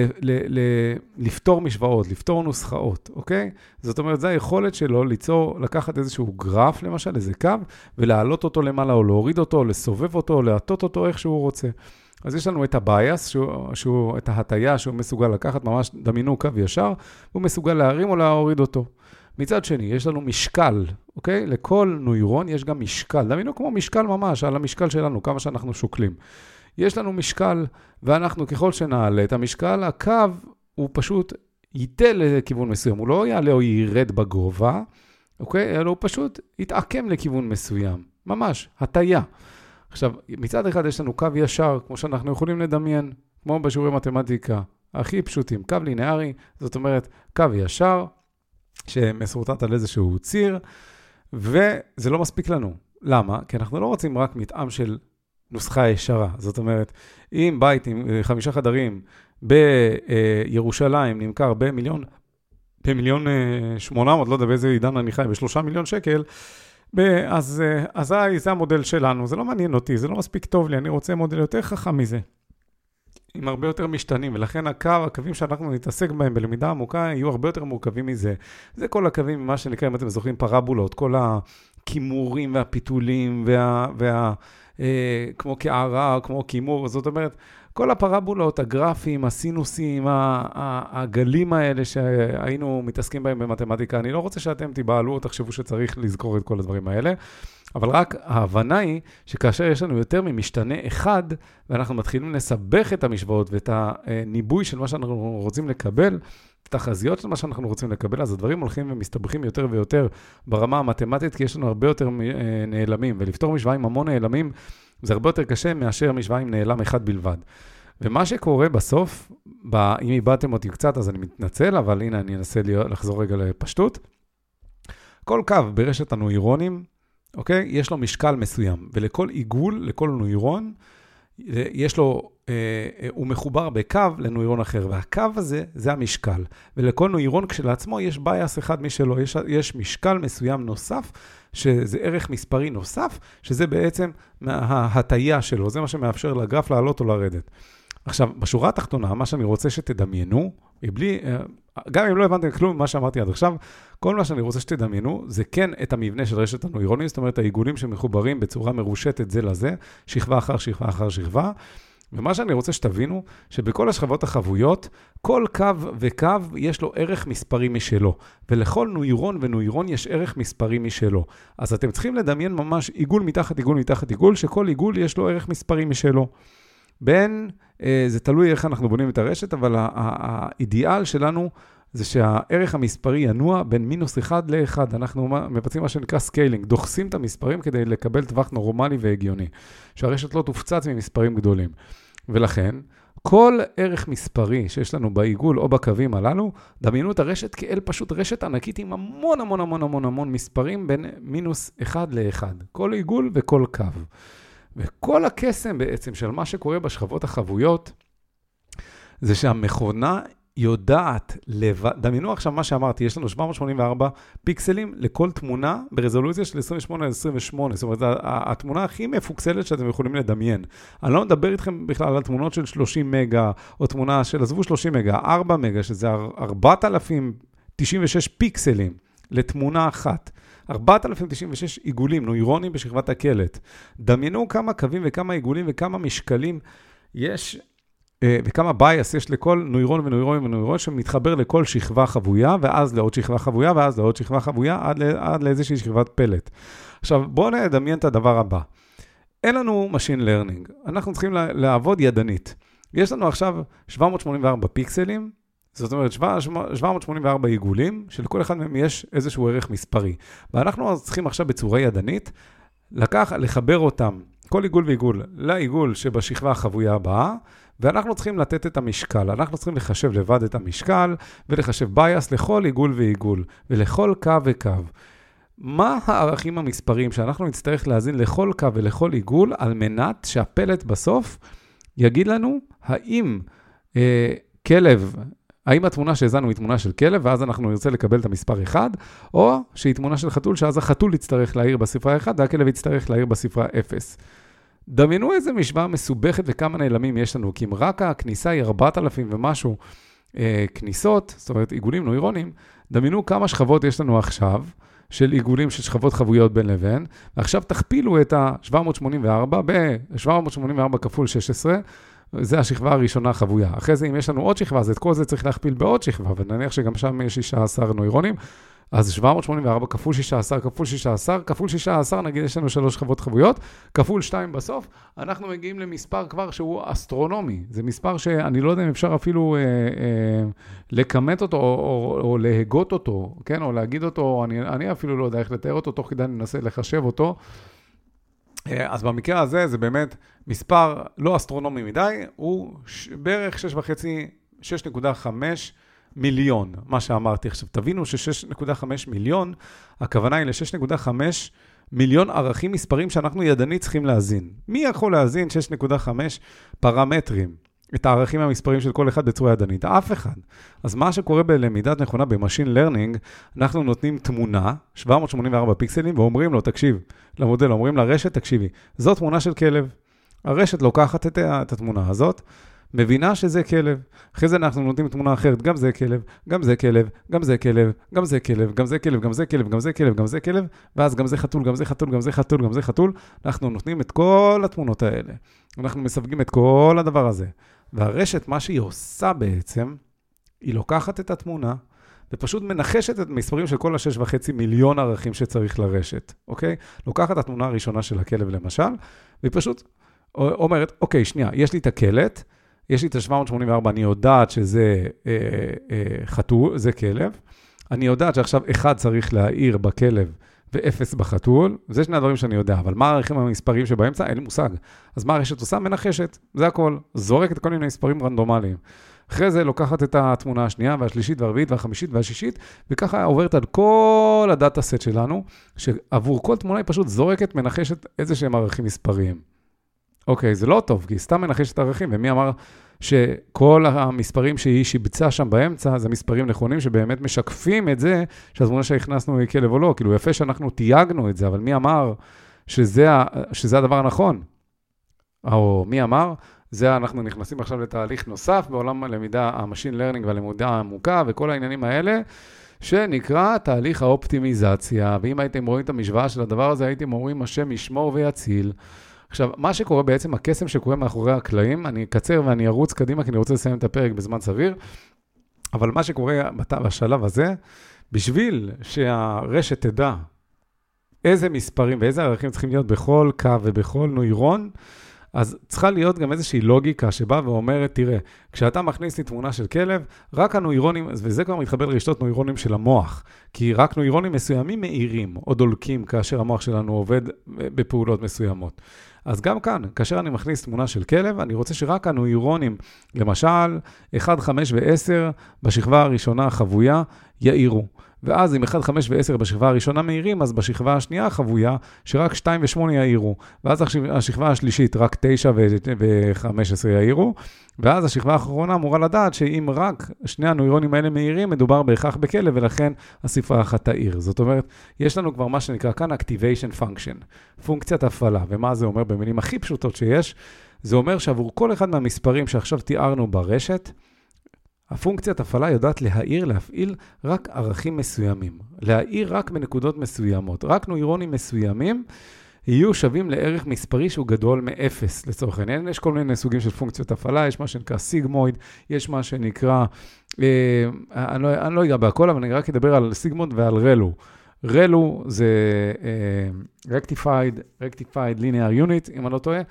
לפתור משוואות, לפתור נוסחאות, אוקיי? זאת אומרת, זו היכולת שלו לקחת איזשהו גרף, למשל, איזה קו, ולהעלות אותו למעלה, או להוריד אותו, או לסובב אותו, או להטות אותו איך שהוא רוצה. אז יש לנו את הבייס, את ההטיה שהוא מסוגל לקחת, ממש דמיינו קו ישר, הוא מסוגל להרים או להוריד אותו. מצד שני, יש לנו משקל, אוקיי? לכל נוירון יש גם משקל, דמיינו כמו משקל ממש, על המשקל שלנו, כמה שאנחנו שוקלים. יש לנו משקל, ואנחנו ככל שנעלה את המשקל, הקו הוא פשוט ייתה לכיוון מסוים, הוא לא יעלה או ירד בגובה, אוקיי? אלא הוא פשוט יתעקם לכיוון מסוים, ממש, הטיה. עכשיו, מצד אחד יש לנו קו ישר, כמו שאנחנו יכולים לדמיין, כמו בשיעורי מתמטיקה, הכי פשוטים, קו לינארי, זאת אומרת, קו ישר, שמסורטט על איזשהו ציר, וזה לא מספיק לנו. למה? כי אנחנו לא רוצים רק מתאם של נוסחה ישרה. זאת אומרת, אם בית עם 5 חדרים בירושלים נמכר במיליון 800, לא יודע באיזה עידן אני חי, ב3 מיליון שקל, אז זה המודל שלנו. זה לא מעניין אותי, זה לא מספיק טוב לי, אני רוצה מודל יותר חכם מזה. עם הרבה יותר משתנים, ולכן הקווים שאנחנו נתעסק בהם בלמידה עמוקה יהיו הרבה יותר מורכבים מזה. זה כל הקווים, מה שנקרא, אם אתם זוכרים, פרבולות, כל הכימורים והפיתולים, כמו כערה, כמו כימור, זאת אומרת, כל הפרבולות, הגרפים, הסינוסים, הגלים האלה שהיינו מתעסקים בהם במתמטיקה, אני לא רוצה שאתם תיבעלו או תחשבו שצריך לזכור את כל הדברים האלה, אבל רק ההבנה היא שכאשר יש לנו יותר ממשתנה אחד, ואנחנו מתחילים לסבך את המשוואות ואת הניבוי של מה שאנחנו רוצים לקבל, תחזיות של מה שאנחנו רוצים לקבל, אז הדברים הולכים ומסתבכים יותר ויותר ברמה המתמטית, כי יש לנו הרבה יותר נעלמים, ולפתור משוואה עם המון נעלמים, זה הרבה יותר קשה מאשר משוואה עם נעלם אחד בלבד. ומה שקורה בסוף, אם איבדתם אותי קצת, אז אני מתנצל, אבל הנה אני אנסה לחזור רגע לפשטות. כל קו ברשת הנוירונים, אוקיי? יש לו משקל מסוים, ולכל עיגול, לכל נוירון, יש לו, הוא מחובר בקו לנוירון אחר, והקו הזה, זה המשקל. ולכל נוירון כשלעצמו יש בייס אחד משלו, יש משקל מסוים נוסף, שזה ערך מספרי נוסף, שזה בעצם ההטיה שלו, זה מה שמאפשר לגרף לעלות או לרדת. עכשיו, בשורה התחתונה, מה שאני רוצה שתדמיינו, גם אם לא הבנתם כלום ממה שאמרתי עד עכשיו, כל מה שאני רוצה שתדמיינו, זה כן את המבנה של רשת הנוירונים, זאת אומרת, העיגולים שמחוברים בצורה מרושתת זה לזה, שכבה אחר שכבה אחר שכבה, ומה שאני רוצה שתבינו, שבכל השכבות החבויות, כל קו וקו יש לו ערך מספרי משלו, ולכל נוירון ונוירון יש ערך מספרי משלו. אז אתם צריכים לדמיין ממש עיגול מתחת עיגול מתחת עיגול, שכל עיגול יש לו ערך מספרי משלו. זה תלוי איך אנחנו בונים את הרשת, אבל האידיאל שלנו זה שהערך המספרי ינוע בין -1 ל-1. אנחנו מבצעים מה שנקרא סקיילינג, דוחסים את המספרים כדי לקבל טווח נורמלי והגיוני, שהרשת לא תופצץ ממספרים גדולים. ולכן, כל ערך מספרי שיש לנו בעיגול או בקווים הללו, דמיינו את הרשת כאל פשוט רשת ענקית עם המון המון המון המון המון מספרים בין -1 ל-1. כל עיגול וכל קו. וכל הקסם בעצם של מה שקורה בשכבות החבויות, זה שהמכונה יודעת דמיינו עכשיו מה שאמרתי, יש לנו 784 פיקסלים לכל תמונה ברזולוציה של 28-28, זאת אומרת, התמונה הכי מפוקסלת שאתם יכולים לדמיין. אני לא מדבר איתכם בכלל על תמונות של 30 מגה, או תמונה של, עזבו 30 מגה, 4 מגה, שזה 4,096 פיקסלים לתמונה אחת. 4,096 עיגולים, נוירונים בשכבת הקלט. דמיינו כמה קווים וכמה עיגולים וכמה משקלים יש, וכמה בייס יש לכל נוירון ונוירון ונוירון שמתחבר לכל שכבה חבויה, ואז לעוד שכבה חבויה, ואז לעוד שכבה חבויה, עד לאיזושהי שכבת פלט. עכשיו, בואו נדמיין את הדבר הבא. אין לנו machine learning. אנחנו צריכים לעבוד ידנית. יש לנו עכשיו 784 פיקסלים, זאת אומרת, 784 עיגולים, שלכל אחד מהם יש איזשהו ערך מספרי. ואנחנו צריכים עכשיו בצורה ידנית, לחבר אותם, כל עיגול ועיגול, לעיגול שבשכבה החבויה הבאה, ואנחנו צריכים לתת את המשקל. אנחנו צריכים לחשב לבד את המשקל, ולחשב בייס לכל עיגול ועיגול, ולכל קו וקו. מה הערכים המספריים שאנחנו נצטרך להזין לכל קו ולכל עיגול, על מנת שהפלט בסוף יגיד לנו, האם האם התמונה שהזנו היא תמונה של כלב, ואז אנחנו נרצה לקבל את המספר 1, או שהיא תמונה של חתול, שאז החתול יצטרך להעיר בספרה 1, והכלב יצטרך להעיר בספרה 0. דמיינו איזה משוואה מסובכת וכמה נעלמים יש לנו, כי אם רק הכניסה היא 4,000 ומשהו כניסות, זאת אומרת עיגולים נוירונים, דמיינו כמה שכבות יש לנו עכשיו, של עיגולים של שכבות חבויות בין לבין, ועכשיו תכפילו את ה-784 ב-784 כפול 16, זה השכבה הראשונה חבויה. אחרי זה, אם יש לנו עוד שכבה, אז את כל זה צריך להכפיל בעוד שכבה, ונניח שגם שם יש 16 נוירונים, אז 784 כפול 16 כפול 16 כפול 16, נגיד יש לנו 3 שכבות חבויות, כפול 2 בסוף, אנחנו מגיעים למספר כבר שהוא אסטרונומי. זה מספר שאני לא יודע אם אפשר אפילו לקמת אותו או להגות אותו, כן? או להגיד אותו, אני אפילו לא יודע איך לתאר אותו, תוך כדי אני מנסה לחשב אותו. אז במקרה הזה זה באמת מספר לא אסטרונומי מדי, הוא בערך 6.5 מיליון, מה שאמרתי. עכשיו תבינו ש6.5 מיליון, הכוונה היא ל6.5 מיליון ערכים מספרים שאנחנו ידנית צריכים להזין. מי יכול להזין 6.5 פרמטרים? את הערכים המספרים של כל אחד בצורה ידנית? אף אחד. אז מה שקורה בלמידת מכונה במשין לרנינג, אנחנו נותנים תמונה, 784 פיקסלים, ואומרים לו, תקשיב, למודל, אומרים לרשת, תקשיבי, זו תמונה של כלב. הרשת לוקחת את התמונה הזאת, מבינה שזה כלב. אחרי זה אנחנו נותנים תמונה אחרת, גם זה כלב, גם זה כלב, גם זה כלב, גם זה כלב, גם זה כלב, גם זה כלב, גם זה כלב, גם זה כלב, ואז גם זה חתול, גם זה חתול, גם זה חתול, גם זה חתול. אנחנו נותנים את כל התמונות האלה. אנחנו מסווגים את כל הדבר הזה. והרשת, מה שהיא עושה בעצם, היא לוקחת את התמונה, ופשוט מנחשת את המספרים של כל ה6.5 מיליון ערכים שצריך לרשת, אוקיי? לוקחת את התמונה הראשונה של הכלב למשל, והיא פשוט אומרת, אוקיי, שנייה, יש לי את הקלט, יש לי את ה-784, אני יודעת שזה חתול, זה כלב. אני יודעת שעכשיו 1 צריך להעיר בכלב ו0 בחתול. זה שני הדברים שאני יודע, אבל מה הערכים המספרים שבאמצע? אין לי מושג. אז מה הרשת עושה? מנחשת. זה הכל. זורקת כל מיני מספרים רנדומליים. אחרי זה לוקחת את התמונה השנייה והשלישית והרביעית והחמישית והשישית, וככה עוברת על כל הדאטה סט שלנו, שעבור כל תמונה היא פשוט זורקת, מנחשת איזה שהם ערכים מספריים. אוקיי, זה לא טוב, כי סתם מנחשת ערכים, ומי אמר שכל המספרים שהיא שיבצה שם באמצע, זה מספרים נכונים שבאמת משקפים את זה, שהתמונה שהכנסנו היא כלב או לא, כאילו יפה שאנחנו תייגנו את זה, אבל מי אמר שזה הדבר הנכון? או מי אמר? אנחנו נכנסים עכשיו לתהליך נוסף בעולם הלמידה, המשין לרנינג והלמידה העמוקה וכל העניינים האלה, שנקרא תהליך האופטימיזציה. ואם הייתם רואים את המשוואה של הדבר הזה, הייתם אומרים השם ישמור ויציל. עכשיו, מה שקורה בעצם, הקסם שקורה מאחורי הקלעים, אני אקצר ואני ארוץ קדימה, כי אני רוצה לסיים את הפרק בזמן סביר, אבל מה שקורה בשלב הזה, בשביל שהרשת תדע איזה מספרים ואיזה ערכים צריכים להיות בכל קו ובכל נוירון, אז צריכה להיות גם איזושהי לוגיקה שבאה ואומרת, תראה, כשאתה מכניס לי תמונה של כלב, רק הנוירונים, וזה כבר מתחבר לרשתות נוירונים של המוח, כי רק נוירונים מסוימים מאירים או דולקים כאשר המוח שלנו עובד בפעולות מסוימות. אז גם כאן, כאשר אני מכניס תמונה של כלב, אני רוצה שרק הנוירונים, למשל, 1, 5 ו-10 בשכבה הראשונה החבויה, יאירו. ואז אם 1, 5 ו-10 בשכבה הראשונה מהירים, אז בשכבה השנייה החבויה, שרק 2 ו-8 יאירו. ואז השכבה השלישית, רק 9 ו-15 יאירו. ואז השכבה האחרונה אמורה לדעת שאם רק שני הנוירונים האלה מהירים, מדובר בהכרח בכלב, ולכן הספרה אחת תאיר. זאת אומרת, יש לנו כבר מה שנקרא כאן Activation Function, פונקציית הפעלה. ומה זה אומר במילים הכי פשוטות שיש? זה אומר שעבור כל אחד מהמספרים שעכשיו תיארנו ברשת, הפונקציית הפעלה יודעת להפעיל רק ערכים מסוימים. להעיר רק בנקודות מסוימות. רק נוירונים מסוימים יהיו שווים לערך מספרי שהוא גדול מ-0 לצורך העניין. יש כל מיני סוגים של פונקציות הפעלה, יש מה שנקרא סיגמויד, יש מה שנקרא, אני לא אגע בהכל, אבל אני רק אדבר על סיגמויד ועל רלו. רלו זה Rectified Linear Unit, אם אני לא טועה.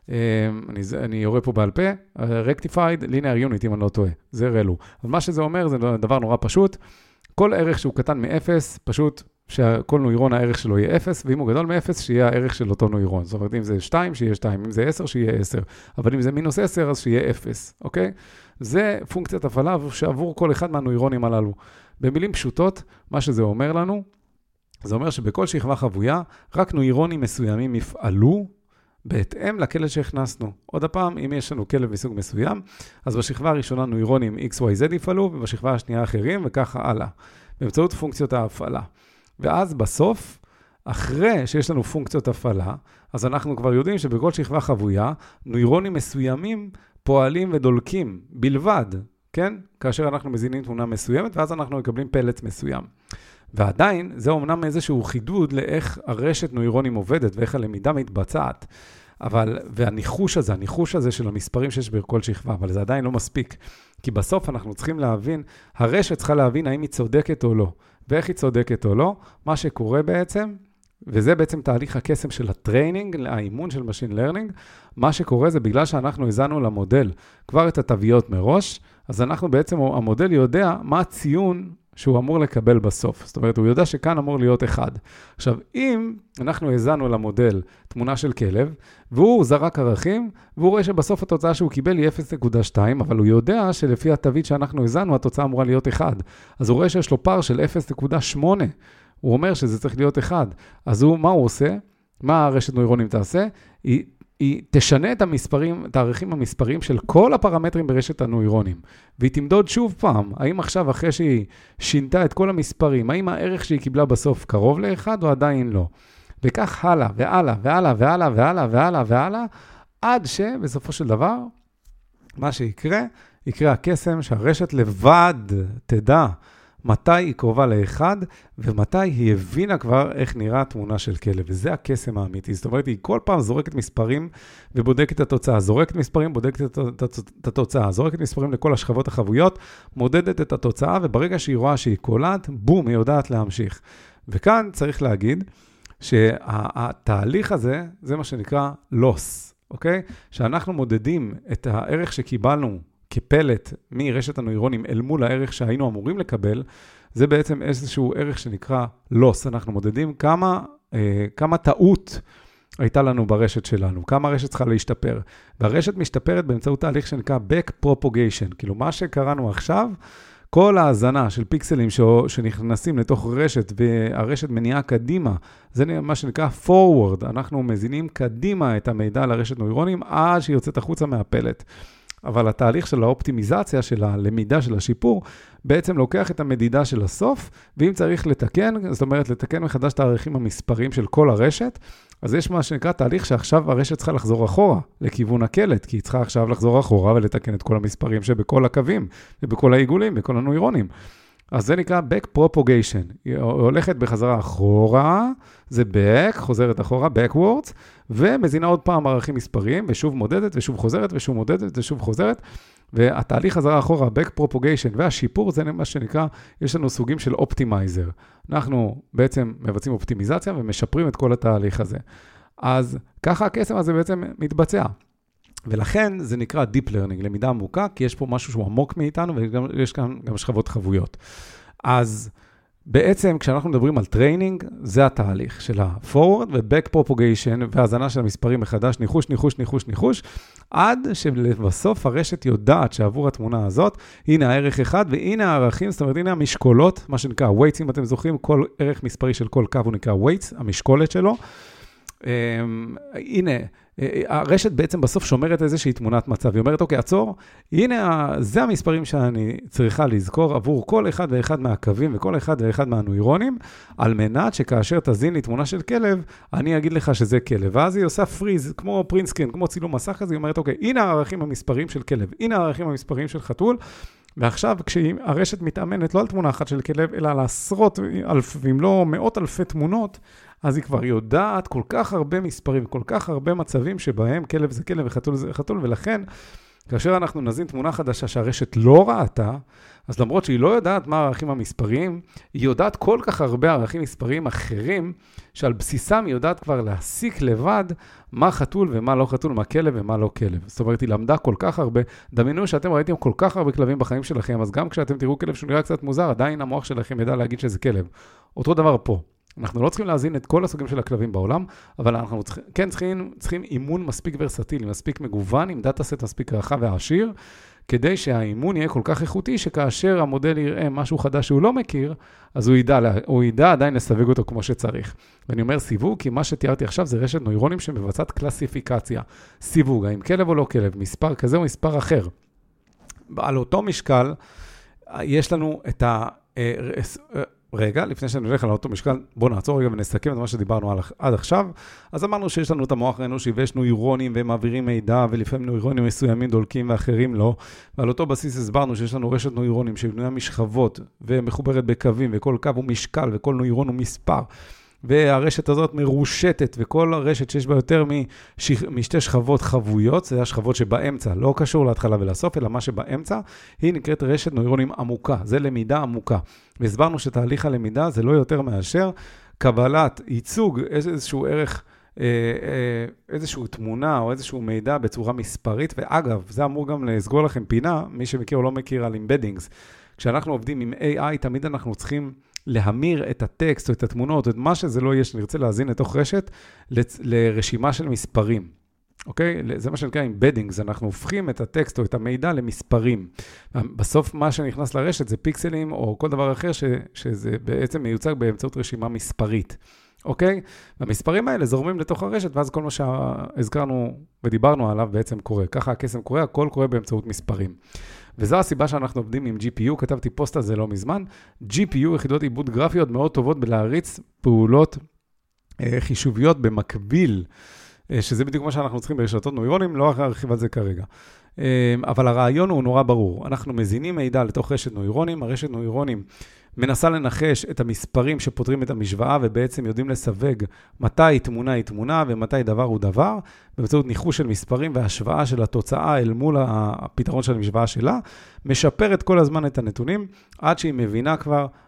אני יורה פה בעל פה, Rectified Linear Unit, אם אני לא טועה, זה רלו. אז מה שזה אומר, זה דבר נורא פשוט, כל ערך שהוא קטן מ-0, פשוט שכל נוירון הערך שלו יהיה 0, ואם הוא גדול מ-0, שיהיה הערך של אותו נוירון. זאת אומרת, אם זה 2, שיהיה 2, אם זה 10, שיהיה 10, אבל אם זה מינוס 10, אז שיהיה 0, אוקיי? זה פונקציית הפעלה שעבור כל אחד מהנוירונים הללו. במילים פשוטות, מה שזה אומר לנו, זה אומר שבכל שכבה חבויה, רק נוירונים מסוימים יפעלו, בהתאם לכלב שהכנסנו. עוד הפעם, אם יש לנו כלב מסוג מסוים, אז בשכבה הראשונה נוירונים XYZ יפעלו, ובשכבה השנייה אחרים, וככה הלאה. באמצעות פונקציות ההפעלה. ואז בסוף, אחרי שיש לנו פונקציות הפעלה, אז אנחנו כבר יודעים שבכל שכבה חבויה, נוירונים מסוימים פועלים ודולקים בלבד, כן? כאשר אנחנו מזינים תמונה מסוימת, ואז אנחנו מקבלים פלט מסוים. ועדיין, זה אומנם איזשהו חידוד לאיך הרשת נוירונים עובדת, ואיך הלמידה מתבצעת. והניחוש הזה של המספרים שיש בכל שכבה, אבל זה עדיין לא מספיק. כי בסוף אנחנו צריכים להבין, הרשת צריכה להבין האם היא צודקת או לא. ואיך היא צודקת או לא, מה שקורה בעצם, וזה בעצם תהליך הקסם של הטריינינג, האימון של משין לרנינג, מה שקורה זה בגלל שאנחנו הזנו למודל כבר את התוויות מראש, אז אנחנו בעצם, המודל יודע מה הציון שהוא אמור לקבל בסוף. זאת אומרת, הוא יודע שכאן אמור להיות 1. עכשיו, אם אנחנו הזנו למודל תמונה של כלב, והוא זרק ערכים, והוא רואה שבסוף התוצאה שהוא קיבל היא 0.2, אבל הוא יודע שלפי התווית שאנחנו הזנו, התוצאה אמורה להיות 1. אז הוא רואה שיש לו פער של 0.8. הוא אומר שזה צריך להיות 1. אז מה הוא עושה? מה הרשת נוירונים תעשה? היא תשנה את הערכים המספריים של כל הפרמטרים ברשת הנוירונים, והיא תמדוד שוב פעם, האם עכשיו אחרי שהיא שינתה את כל המספרים, האם הערך שהיא קיבלה בסוף קרוב ל1 או עדיין לא. וכך הלאה, והלאה, והלאה, והלאה, והלאה, והלאה, והלאה, עד שבסופו של דבר, מה שיקרה, יקרה הקסם שהרשת לבד תדע מתי היא קרובה ל1, ומתי היא הבינה כבר איך נראה תמונה של כלב. וזה הקסם האמיתי. זאת אומרת, היא כל פעם זורקת מספרים ובודקת את התוצאה. זורקת מספרים, בודקת את התוצאה. זורקת מספרים לכל השכבות החבויות, מודדת את התוצאה, וברגע שהיא רואה שהיא קולעת, בום, היא יודעת להמשיך. וכאן צריך להגיד שהתהליך הזה, זה מה שנקרא loss. אוקיי? שאנחנו מודדים את הערך שקיבלנו כפלט מרשת הנוירונים אל מול הערך שהיינו אמורים לקבל, זה בעצם איזשהו ערך שנקרא loss. אנחנו מודדים כמה טעות הייתה לנו ברשת שלנו, כמה הרשת צריכה להשתפר. והרשת משתפרת באמצעות תהליך שנקרא back propagation. כאילו מה שקראנו עכשיו, כל ההזנה של פיקסלים שנכנסים לתוך רשת, והרשת מניעה קדימה, זה מה שנקרא forward. אנחנו מזינים קדימה את המידע לרשת נוירונים, עד שהיא יוצאת החוצה מהפלט. אבל התהליך של האופטימיזציה, של הלמידה, של השיפור, בעצם לוקח את המדידה של הסוף, ואם צריך לתקן, זאת אומרת, לתקן מחדש את הערכים המספריים של כל הרשת, אז יש מה שנקרא תהליך שעכשיו הרשת צריכה לחזור אחורה, לכיוון הקלט, כי היא צריכה עכשיו לחזור אחורה ולתקן את כל המספרים שבכל הקווים, ובכל העיגולים, בכל הנוירונים. אז זה נקרא back propagation. היא הולכת בחזרה אחורה, זה back, חוזרת אחורה, backwards, ומזינה עוד פעם ערכים מספריים, ושוב מודדת, ושוב חוזרת, ושוב מודדת, ושוב חוזרת, והתהליך חזרה אחורה, back propagation, והשיפור זה מה שנקרא, יש לנו סוגים של אופטימייזר. אנחנו בעצם מבצעים אופטימיזציה, ומשפרים את כל התהליך הזה. אז ככה הקסם הזה בעצם מתבצע. ולכן זה נקרא Deep Learning, למידה עמוקה, כי יש פה משהו שהוא עמוק מאיתנו, ויש כאן גם שכבות חבויות. אז בעצם כשאנחנו מדברים על טריינינג, זה התהליך של ה-Forward ו-Back Propagation, והזנה של המספרים מחדש, ניחוש, עד שבסוף הרשת יודעת שעבור התמונה הזאת, הנה הערך אחד, והנה הערכים, זאת אומרת, הנה המשקולות, מה שנקרא Weights, אם אתם זוכרים, כל ערך מספרי של כל קו הוא נקרא Weights, המשקולת שלו. הנה, הרשת בעצם בסוף שומרת איזושהי תמונת מצב, היא אומרת, אוקיי, עצור, הנה, זה המספרים שאני צריכה לזכור עבור כל אחד ואחד מהקווים וכל אחד ואחד מהנוירונים, על מנת שכאשר תזין לי תמונה של כלב, אני אגיד לך שזה כלב, ואז היא עושה פריז, כמו פרינסקרין, כמו צילום מסך, אז היא אומרת, אוקיי, הנה הערכים המספריים של כלב, הנה הערכים המספריים של חתול, ועכשיו כשהרשת מתאמנת לא על תמונה אחת של כלב, אלא על עשרות אלף, ואם לא מאות אלפי תמונות, אז היא כבר יודעת כל כך הרבה מספרים, כל כך הרבה מצבים שבהם כלב זה כלב וחתול זה חתול, ולכן כאשר אנחנו נזין תמונה חדשה שהרשת לא ראתה, אז למרות שהיא לא יודעת מה הערכים המספריים, היא יודעת כל כך הרבה ערכים מספריים אחרים, שעל בסיסם היא יודעת כבר להסיק לבד מה חתול ומה לא חתול, מה כלב ומה לא כלב. זאת אומרת, היא למדה כל כך הרבה, דמיינו שאתם ראיתם כל כך הרבה כלבים בחיים שלכם, אז גם כשאתם תראו כלב שהוא נראה קצת מוזר, עדיין המוח שלכם ידע להגיד שזה כלב. אותו דבר פה. אנחנו לא צריכים להזין את כל הסוגים של הכלבים בעולם, אבל אנחנו כן צריכים אימון מספיק ורסטילי, מספיק מגוון, עם דאטה-סט מספיק רחב ועשיר, כדי שהאימון יהיה כל כך איכותי, שכאשר המודל יראה משהו חדש שהוא לא מכיר, אז הוא ידע עדיין לסווג אותו כמו שצריך. ואני אומר סיווג, כי מה שתיארתי עכשיו זה רשת נוירונים שמבצעת קלסיפיקציה. סיווג, האם כלב או לא כלב, מספר כזה או מספר אחר. על אותו משקל, יש לנו את רגע, לפני שאני הולך על אותו משקל, בואו נעצור רגע ונסכם את מה שדיברנו עד עכשיו. אז אמרנו שיש לנו את המוח האנושי ויש נוירונים והם מעבירים מידע, ולפעמים נוירונים מסוימים דולקים ואחרים לא. ועל אותו בסיס הסברנו שיש לנו רשת נוירונים שבנויה משכבות ומחוברת בקווים, וכל קו הוא משקל וכל נוירון הוא מספר. והרשת הזאת מרושתת, וכל הרשת שיש בה יותר משתי שכבות חבויות, זה השכבות שבאמצע, לא קשור להתחלה ולסוף, אלא מה שבאמצע, היא נקראת רשת נוירונים עמוקה, זה למידה עמוקה. והסברנו שתהליך הלמידה זה לא יותר מאשר קבלת ייצוג, איזשהו ערך, איזשהו תמונה או איזשהו מידע בצורה מספרית, ואגב, זה אמור גם לסגור לכם פינה, מי שמכיר או לא מכיר על אמבדינגס. כשאנחנו עובדים עם AI, תמיד אנחנו צריכים להמיר את הטקסט או את התמונות, או את מה שזה לא יהיה שנרצה להזין לתוך רשת, לרשימה של מספרים. אוקיי? זה מה שנקרא embeddings, אנחנו הופכים את הטקסט או את המידע למספרים. בסוף מה שנכנס לרשת זה פיקסלים או כל דבר אחר שזה בעצם מיוצג באמצעות רשימה מספרית. אוקיי? והמספרים האלה זורמים לתוך הרשת, ואז כל מה שהזכרנו ודיברנו עליו בעצם קורה. ככה הקסם קורה, הכל קורה באמצעות מספרים. וזו הסיבה שאנחנו עובדים עם GPU, כתבתי פוסט על זה לא מזמן. GPU, יחידות עיבוד גרפיות מאוד טובות בלהריץ פעולות חישוביות במקביל, שזה בדיוק מה שאנחנו צריכים ברשתות נוירונים, לא ארחיב על זה כרגע. אבל הרעיון הוא נורא ברור. אנחנו מזינים מידע לתוך רשת נוירונים, הרשת נוירונים מנסה לנחש את המספרים שפותרים את המשוואה, ובעצם יודעים לסווג מתי תמונה היא תמונה ומתי דבר הוא דבר, באמצעות ניחוש של מספרים והשוואה של התוצאה אל מול הפתרון של המשוואה שלה, משפרת כל הזמן את הנתונים, עד שהיא מבינה כבר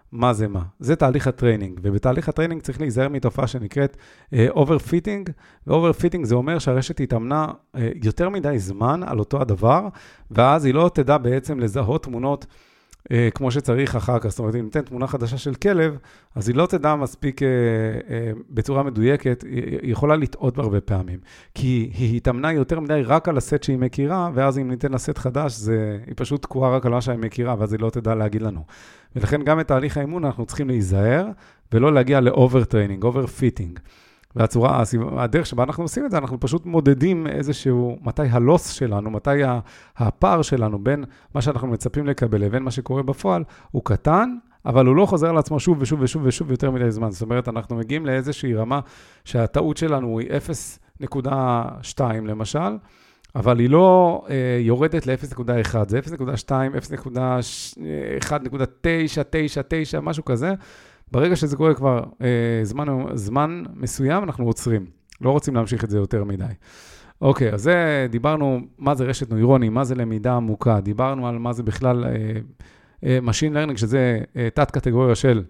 מה זה מה. זה תהליך הטריינינג, ובתהליך הטריינינג צריך להיזהר מתופעה שנקראת overfitting, ו-overfitting זה אומר שהרשת התאמנה יותר מדי זמן על אותו הדבר, ואז היא לא תדע בעצם לזהות תמונות כמו שצריך אחר כך. זאת אומרת, אם ניתן תמונה חדשה של כלב, אז היא לא תדע מספיק בצורה מדויקת, היא יכולה לטעות בהרבה פעמים. כי היא התאמנה יותר מדי רק על הסט שהיא מכירה, ואז אם ניתן לסט חדש, היא פשוט תקועה רק על מה שהיא מכירה, ואז היא לא תדע להגיד לנו. ולכן גם את תהליך האימון אנחנו צריכים להיזהר, ולא להגיע ל-overtraining, overfitting. הדרך שבה אנחנו עושים את זה, אנחנו פשוט מודדים איזשהו, מתי הלוס שלנו, מתי הפער שלנו בין מה שאנחנו מצפים לקבל לבין מה שקורה בפועל, הוא קטן, אבל הוא לא חוזר על עצמו שוב ושוב ושוב ושוב יותר מדי זמן. זאת אומרת, אנחנו מגיעים לאיזושהי רמה שהטעות שלנו היא 0.2 למשל, אבל היא לא יורדת ל-0.1, זה 0.2, 0.1.999, משהו כזה. ברגע שזה קורה כבר זמן מסוים, אנחנו עוצרים. לא רוצים להמשיך את זה יותר מדי. אוקיי, אז דיברנו מה זה רשת נוירונים, מה זה למידה עמוקה, דיברנו על מה זה בכלל Machine Learning, שזה תת קטגוריה של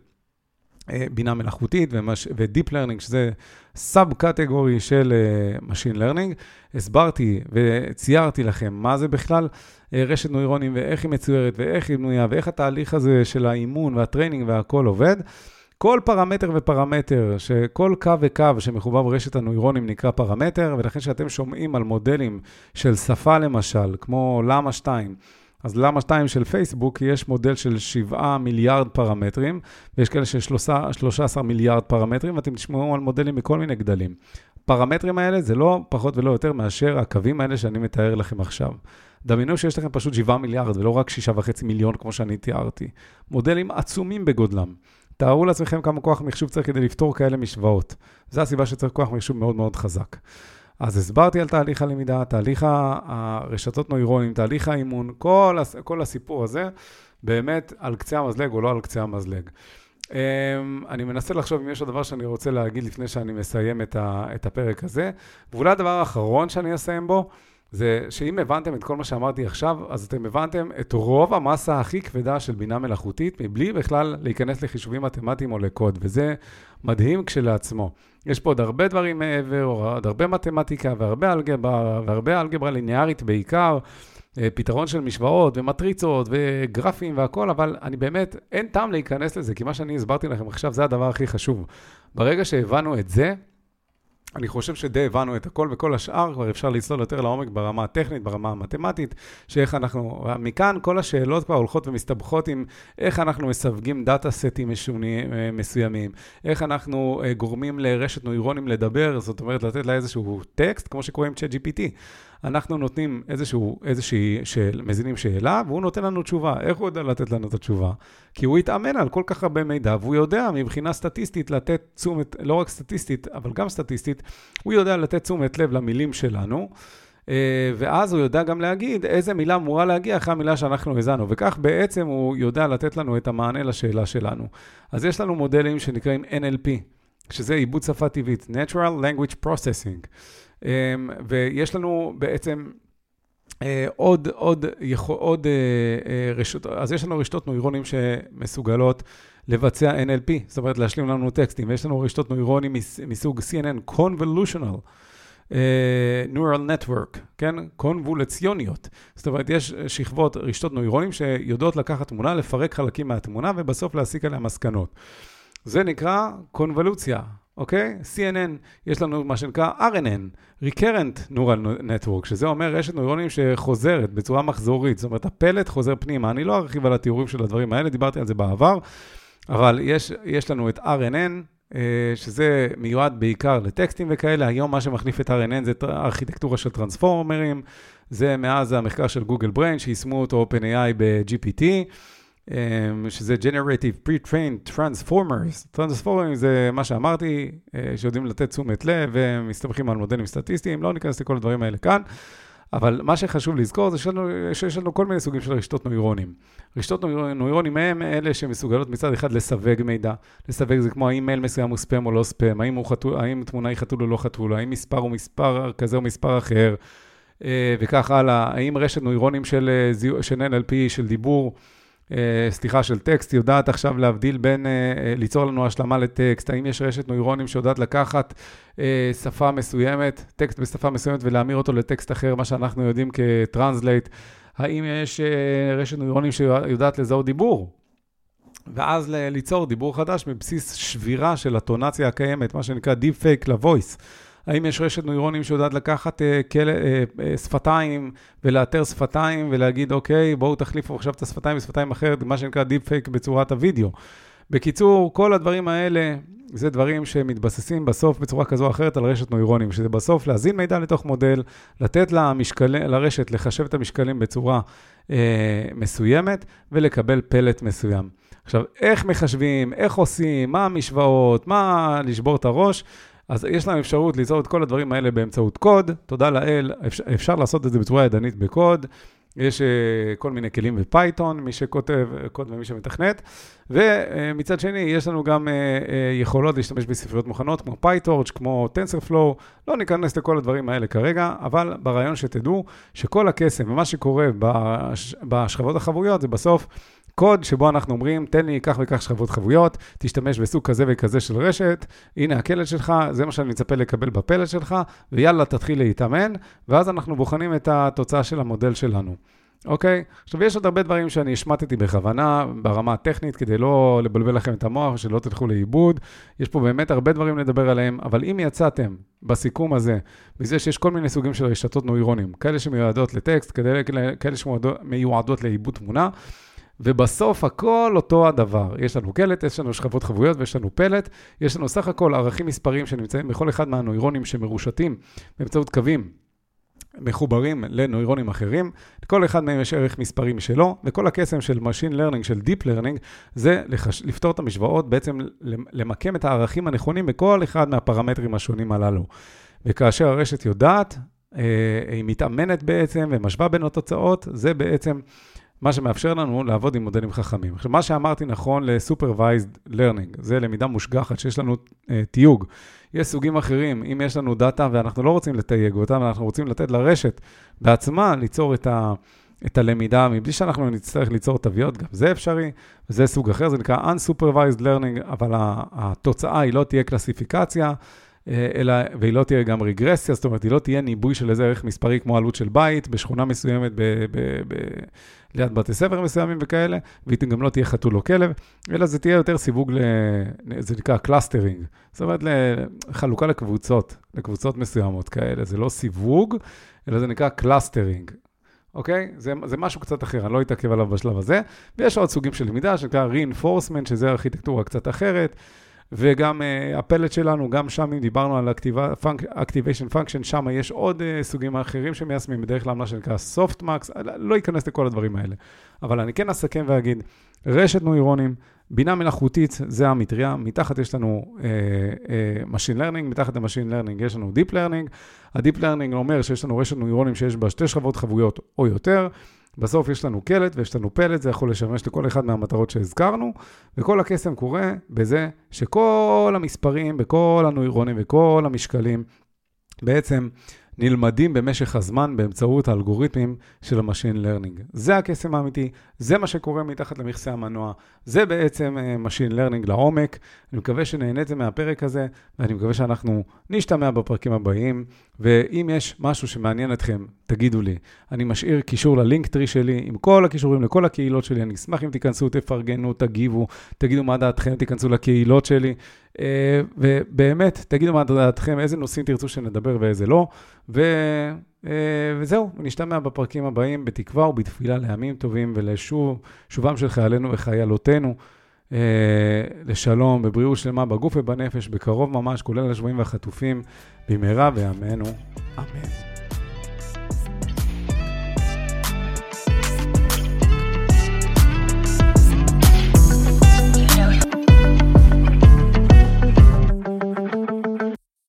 בינה מלאכותית, ו-Deep Learning, שזה סאב קטגורי של Machine Learning. הסברתי וציירתי לכם מה זה בכלל רשת נוירונים, ואיך היא מצוירת, ואיך היא בנויה, ואיך התהליך הזה של האימון והטריינינג והכל עובד. כל פרמטר ופרמטר, שכל קו וקו שמחובר ברשת הנוירונים נקרא פרמטר, ולכן שאתם שומעים על מודלים של שפה למשל, כמו למה 2, אז למה 2 של פייסבוק, יש מודל של 7 מיליארד פרמטרים, ויש כאלה של 13 מיליארד פרמטרים, ואתם תשמעו על מודלים מכל מיני גדלים. פרמטרים האלה זה לא פחות ולא יותר מאשר הקווים האלה שאני מתאר לכם עכשיו. דמיינו שיש לכם פשוט 7 מיליארד, ולא רק 6.5 מיליון כמו שאני תיארתי. מודלים עצומים בגודלם. תארו לעצמכם כמה כוח מחשוב צריך כדי לפתור כאלה משוואות. זו הסיבה שצריך כוח מחשוב מאוד מאוד חזק. אז הסברתי על תהליך הלמידה, תהליך הרשתות נוירונים, תהליך האימון, כל הסיפור הזה, באמת על קצה המזלג או לא על קצה המזלג. אני מנסה לחשוב אם יש עוד דבר שאני רוצה להגיד לפני שאני מסיים את הפרק הזה. ואולי הדבר האחרון שאני אסיים בו, זה שאם הבנתם את כל מה שאמרתי עכשיו, אז אתם הבנתם את רוב המסה הכי כבדה של בינה מלאכותית, מבלי בכלל להיכנס לחישובים מתמטיים או לקוד, וזה מדהים כשלעצמו. יש פה עוד הרבה דברים מעבר, עוד הרבה מתמטיקה והרבה אלגברה ליניארית בעיקר, פתרון של משוואות ומטריצות וגרפים והכל, אבל אני באמת, אין טעם להיכנס לזה, כי מה שאני הסברתי לכם עכשיו זה הדבר הכי חשוב. ברגע שהבנו את זה, אני חושב שדי הבנו את הכל, וכל השאר כבר אפשר לצלול יותר לעומק ברמה הטכנית, ברמה המתמטית, שאיך אנחנו, מכאן כל השאלות כבר הולכות ומסתבכות עם איך אנחנו מסווגים דאטה סטים מסוימים, איך אנחנו גורמים לרשת נוירונים לדבר, זאת אומרת לתת לה איזשהו טקסט, כמו שקוראים ChatGPT. אנחנו נותנים מזינים שאלה, והוא נותן לנו תשובה. איך הוא יודע לתת לנו את התשובה? כי הוא יתאמן על כל כך הרבה מידע, והוא יודע מבחינה סטטיסטית לתת תשומת, לא רק סטטיסטית, אבל גם סטטיסטית, הוא יודע לתת תשומת לב למילים שלנו, ואז הוא יודע גם להגיד איזה מילה אמורה להגיע אחרי המילה שאנחנו הזנו, וכך בעצם הוא יודע לתת לנו את המענה לשאלה שלנו. אז יש לנו מודלים שנקראים NLP, שזה עיבוד שפה טבעית, Natural Language Processing. ויש לנו בעצם עוד רשתות, אז יש לנו רשתות נוירונים שמסוגלות לבצע NLP, זאת אומרת להשלים לנו טקסטים, ויש לנו רשתות נוירונים מסוג CNN, Convolutional Neural Network, כן? קונבולציוניות. זאת אומרת, יש שכבות רשתות נוירונים שיודעות לקחת תמונה, לפרק חלקים מהתמונה, ובסוף להסיק עליה מסקנות. זה נקרא קונבולוציה. אוקיי? CNN, יש לנו מה שנקרא RNN, Recurrent Neural Network, שזה אומר רשת נוירונים שחוזרת בצורה מחזורית, זאת אומרת, הפלט חוזר פנימה. אני לא ארחיב על התיאורים של הדברים האלה, דיברתי על זה בעבר, אבל יש לנו את RNN, שזה מיועד בעיקר לטקסטים וכאלה. היום מה שמחליף את RNN זה ארכיטקטורה של טרנספורמרים, זה מאז המחקר של גוגל בריין, שיישמו אותו OpenAI ב-GPT, שזה Generative Pre-Trained Transformers. Transformers זה מה שאמרתי, שיודעים לתת תשומת לב ומסתמכים על מודלים סטטיסטיים, לא ניכנס לכל הדברים האלה כאן, אבל מה שחשוב לזכור זה שיש לנו כל מיני סוגים של רשתות נוירונים. רשתות נוירונים הם אלה שמסוגלות מצד אחד לסווג מידע. לסווג זה כמו האם מייל מסוים הוא ספם או לא ספם, האם תמונה היא חתול או לא חתול, האם מספר הוא מספר כזה או מספר אחר, וכך הלאה. האם רשת נוירונים של NLP, של דיבור, סליחה, של טקסט, יודעת עכשיו להבדיל בין ליצור לנו השלמה לטקסט, האם יש רשת נוירונים שיודעת לקחת שפה מסוימת, טקסט בשפה מסוימת ולהמיר אותו לטקסט אחר, מה שאנחנו יודעים כטרנסלייט, האם יש רשת נוירונים שיודעת לזהות דיבור, ואז ליצור דיבור חדש מבסיס שבירה של הטונציה הקיימת, מה שנקרא Deep Fake ל-Voice. האם יש רשת נוירונים שיודעת לקחת שפתיים ולאתר שפתיים ולהגיד, אוקיי, בואו תחליפו עכשיו את השפתיים בשפתיים אחרת, מה שנקרא Deep Fake בצורת הוידאו. בקיצור, כל הדברים האלה, זה דברים שמתבססים בסוף בצורה כזו או אחרת על רשת נוירונים, שזה בסוף להזין מידע לתוך מודל, לתת לרשת לחשב את המשקלים בצורה מסוימת, ולקבל פלט מסוים. עכשיו, איך מחשבים, איך עושים, מה המשוואות, מה לשבור את הראש, אז יש להם אפשרות ליצור את כל הדברים האלה באמצעות קוד, תודה לאל, אפשר לעשות את זה בצורה ידנית בקוד, יש כל מיני כלים בפייתון, מי שכותב קוד ומי שמתכנת, ומצד שני יש לנו גם יכולות להשתמש בספריות מוכנות, כמו PyTorch, כמו TensorFlow, לא ניכנס לכל הדברים האלה כרגע, אבל ברעיון שתדעו שכל הקסם ומה שקורה בשכבות החבויות זה בסוף, קוד שבו אנחנו אומרים, תן לי כך וכך שכבות חבויות, תשתמש בסוג כזה וכזה של רשת, הנה הקלט שלך, זה מה שאני מצפה לקבל בפלט שלך, ויאללה תתחיל להתאמן, ואז אנחנו בוחנים את התוצאה של המודל שלנו. אוקיי? עכשיו יש עוד הרבה דברים שאני השמטתי בכוונה, ברמה הטכנית, כדי לא לבלבל לכם את המוח, שלא תלכו לאיבוד. יש פה באמת הרבה דברים לדבר עליהם, אבל אם יצאתם בסיכום הזה, בזה שיש כל מיני סוגים של רשתות נוירונים, כאלה שמיועדות לטקסט, כאלה שמיועדות לעיבוד תמונה, ובסוף הכל אותו הדבר. יש לנו קלט, יש לנו שכבות חבויות ויש לנו פלט, יש לנו סך הכל ערכים מספריים שנמצאים בכל אחד מהנוירונים שמרושתים באמצעות קווים מחוברים לנוירונים אחרים. לכל אחד מהם יש ערך מספרי משלו, וכל הקסם של Machine Learning, של Deep Learning, זה לפתור את המשוואות, בעצם למקם את הערכים הנכונים בכל אחד מהפרמטרים השונים הללו. וכאשר הרשת יודעת, היא מתאמנת בעצם ומשווה בין התוצאות, זה בעצם מה שמאפשר לנו לעבוד עם מודלים חכמים. עכשיו, מה שאמרתי נכון ל-Supervised Learning, זה למידה מושגחת שיש לנו תיוג. יש סוגים אחרים, אם יש לנו דאטה ואנחנו לא רוצים לתייג אותם, אנחנו רוצים לתת לרשת בעצמה ליצור את הלמידה, מבלי שאנחנו נצטרך ליצור תוויות, גם זה אפשרי, וזה סוג אחר, זה נקרא Unsupervised Learning, אבל התוצאה היא לא תהיה קלסיפיקציה, והיא לא תהיה גם רגרסיה, זאת אומרת, היא לא תהיה ניבוי של איזה ערך מספרי כמו עלות של בית, בשכונה מסוימת, ליד בתי ספר מסוימים וכאלה, והיא גם לא תהיה חתול או כלב, אלא זה תהיה יותר סיווג, זה נקרא קלאסטרינג, זאת אומרת, חלוקה לקבוצות מסוימות כאלה, זה לא סיווג, אלא זה נקרא קלאסטרינג. אוקיי? זה משהו קצת אחר, אני לא אתעכב עליו בשלב הזה, ויש עוד סוגים של למידה, שנקרא reinforcement, שזה ארכיטקטורה קצת אחרת, וגם הפלט שלנו, גם שם אם דיברנו על Activation Function, שם יש עוד סוגים אחרים שמיישמים, בדרך כלל מה שנקרא Softmax, לא ייכנס לכל הדברים האלה. אבל אני כן אסכם ואגיד, רשת נוירונים, בינה מלאכותית, זה המטריה, מתחת יש לנו Machine Learning, מתחת ל-Machine Learning יש לנו Deep Learning, ה-Deep Learning אומר שיש לנו רשת נוירונים שיש בה 2 שכבות חבויות או יותר, בסוף יש לנו קלט ויש לנו פלט, זה יכול לשמש לכל אחד מהמטרות שהזכרנו, וכל הקסם קורה בזה שכל המספרים, בכל הנוירונים וכל המשקלים, בעצם נלמדים במשך הזמן באמצעות האלגוריתמים של ה-Machine Learning. זה הקסם האמיתי, זה מה שקורה מתחת למכסה המנוע, זה בעצם Machine Learning לעומק. אני מקווה שנהניתם מהפרק הזה, ואני מקווה שאנחנו נשתמע בפרקים הבאים, ואם יש משהו שמעניין אתכם, תגידו לי. אני משאיר קישור ללינק טרי שלי, עם כל הקישורים לכל הקהילות שלי, אני אשמח אם תיכנסו, תפרגנו, תגיבו, תגידו מה דעתכם, תיכנסו לקהילות שלי, ובאמת, תגידו מה דעתכם, איזה נושאים תרצו שנדבר ואיזה לא, וזהו, נשתמע בפרקים הבאים בתקווה ובתפילה לימים טובים ולשובם של חיילינו וחיילותינו לשלום, בבריאות שלמה, בגוף ובנפש, בקרוב ממש, כולל השבויים והחטופים, במהרה בימינו, אמן.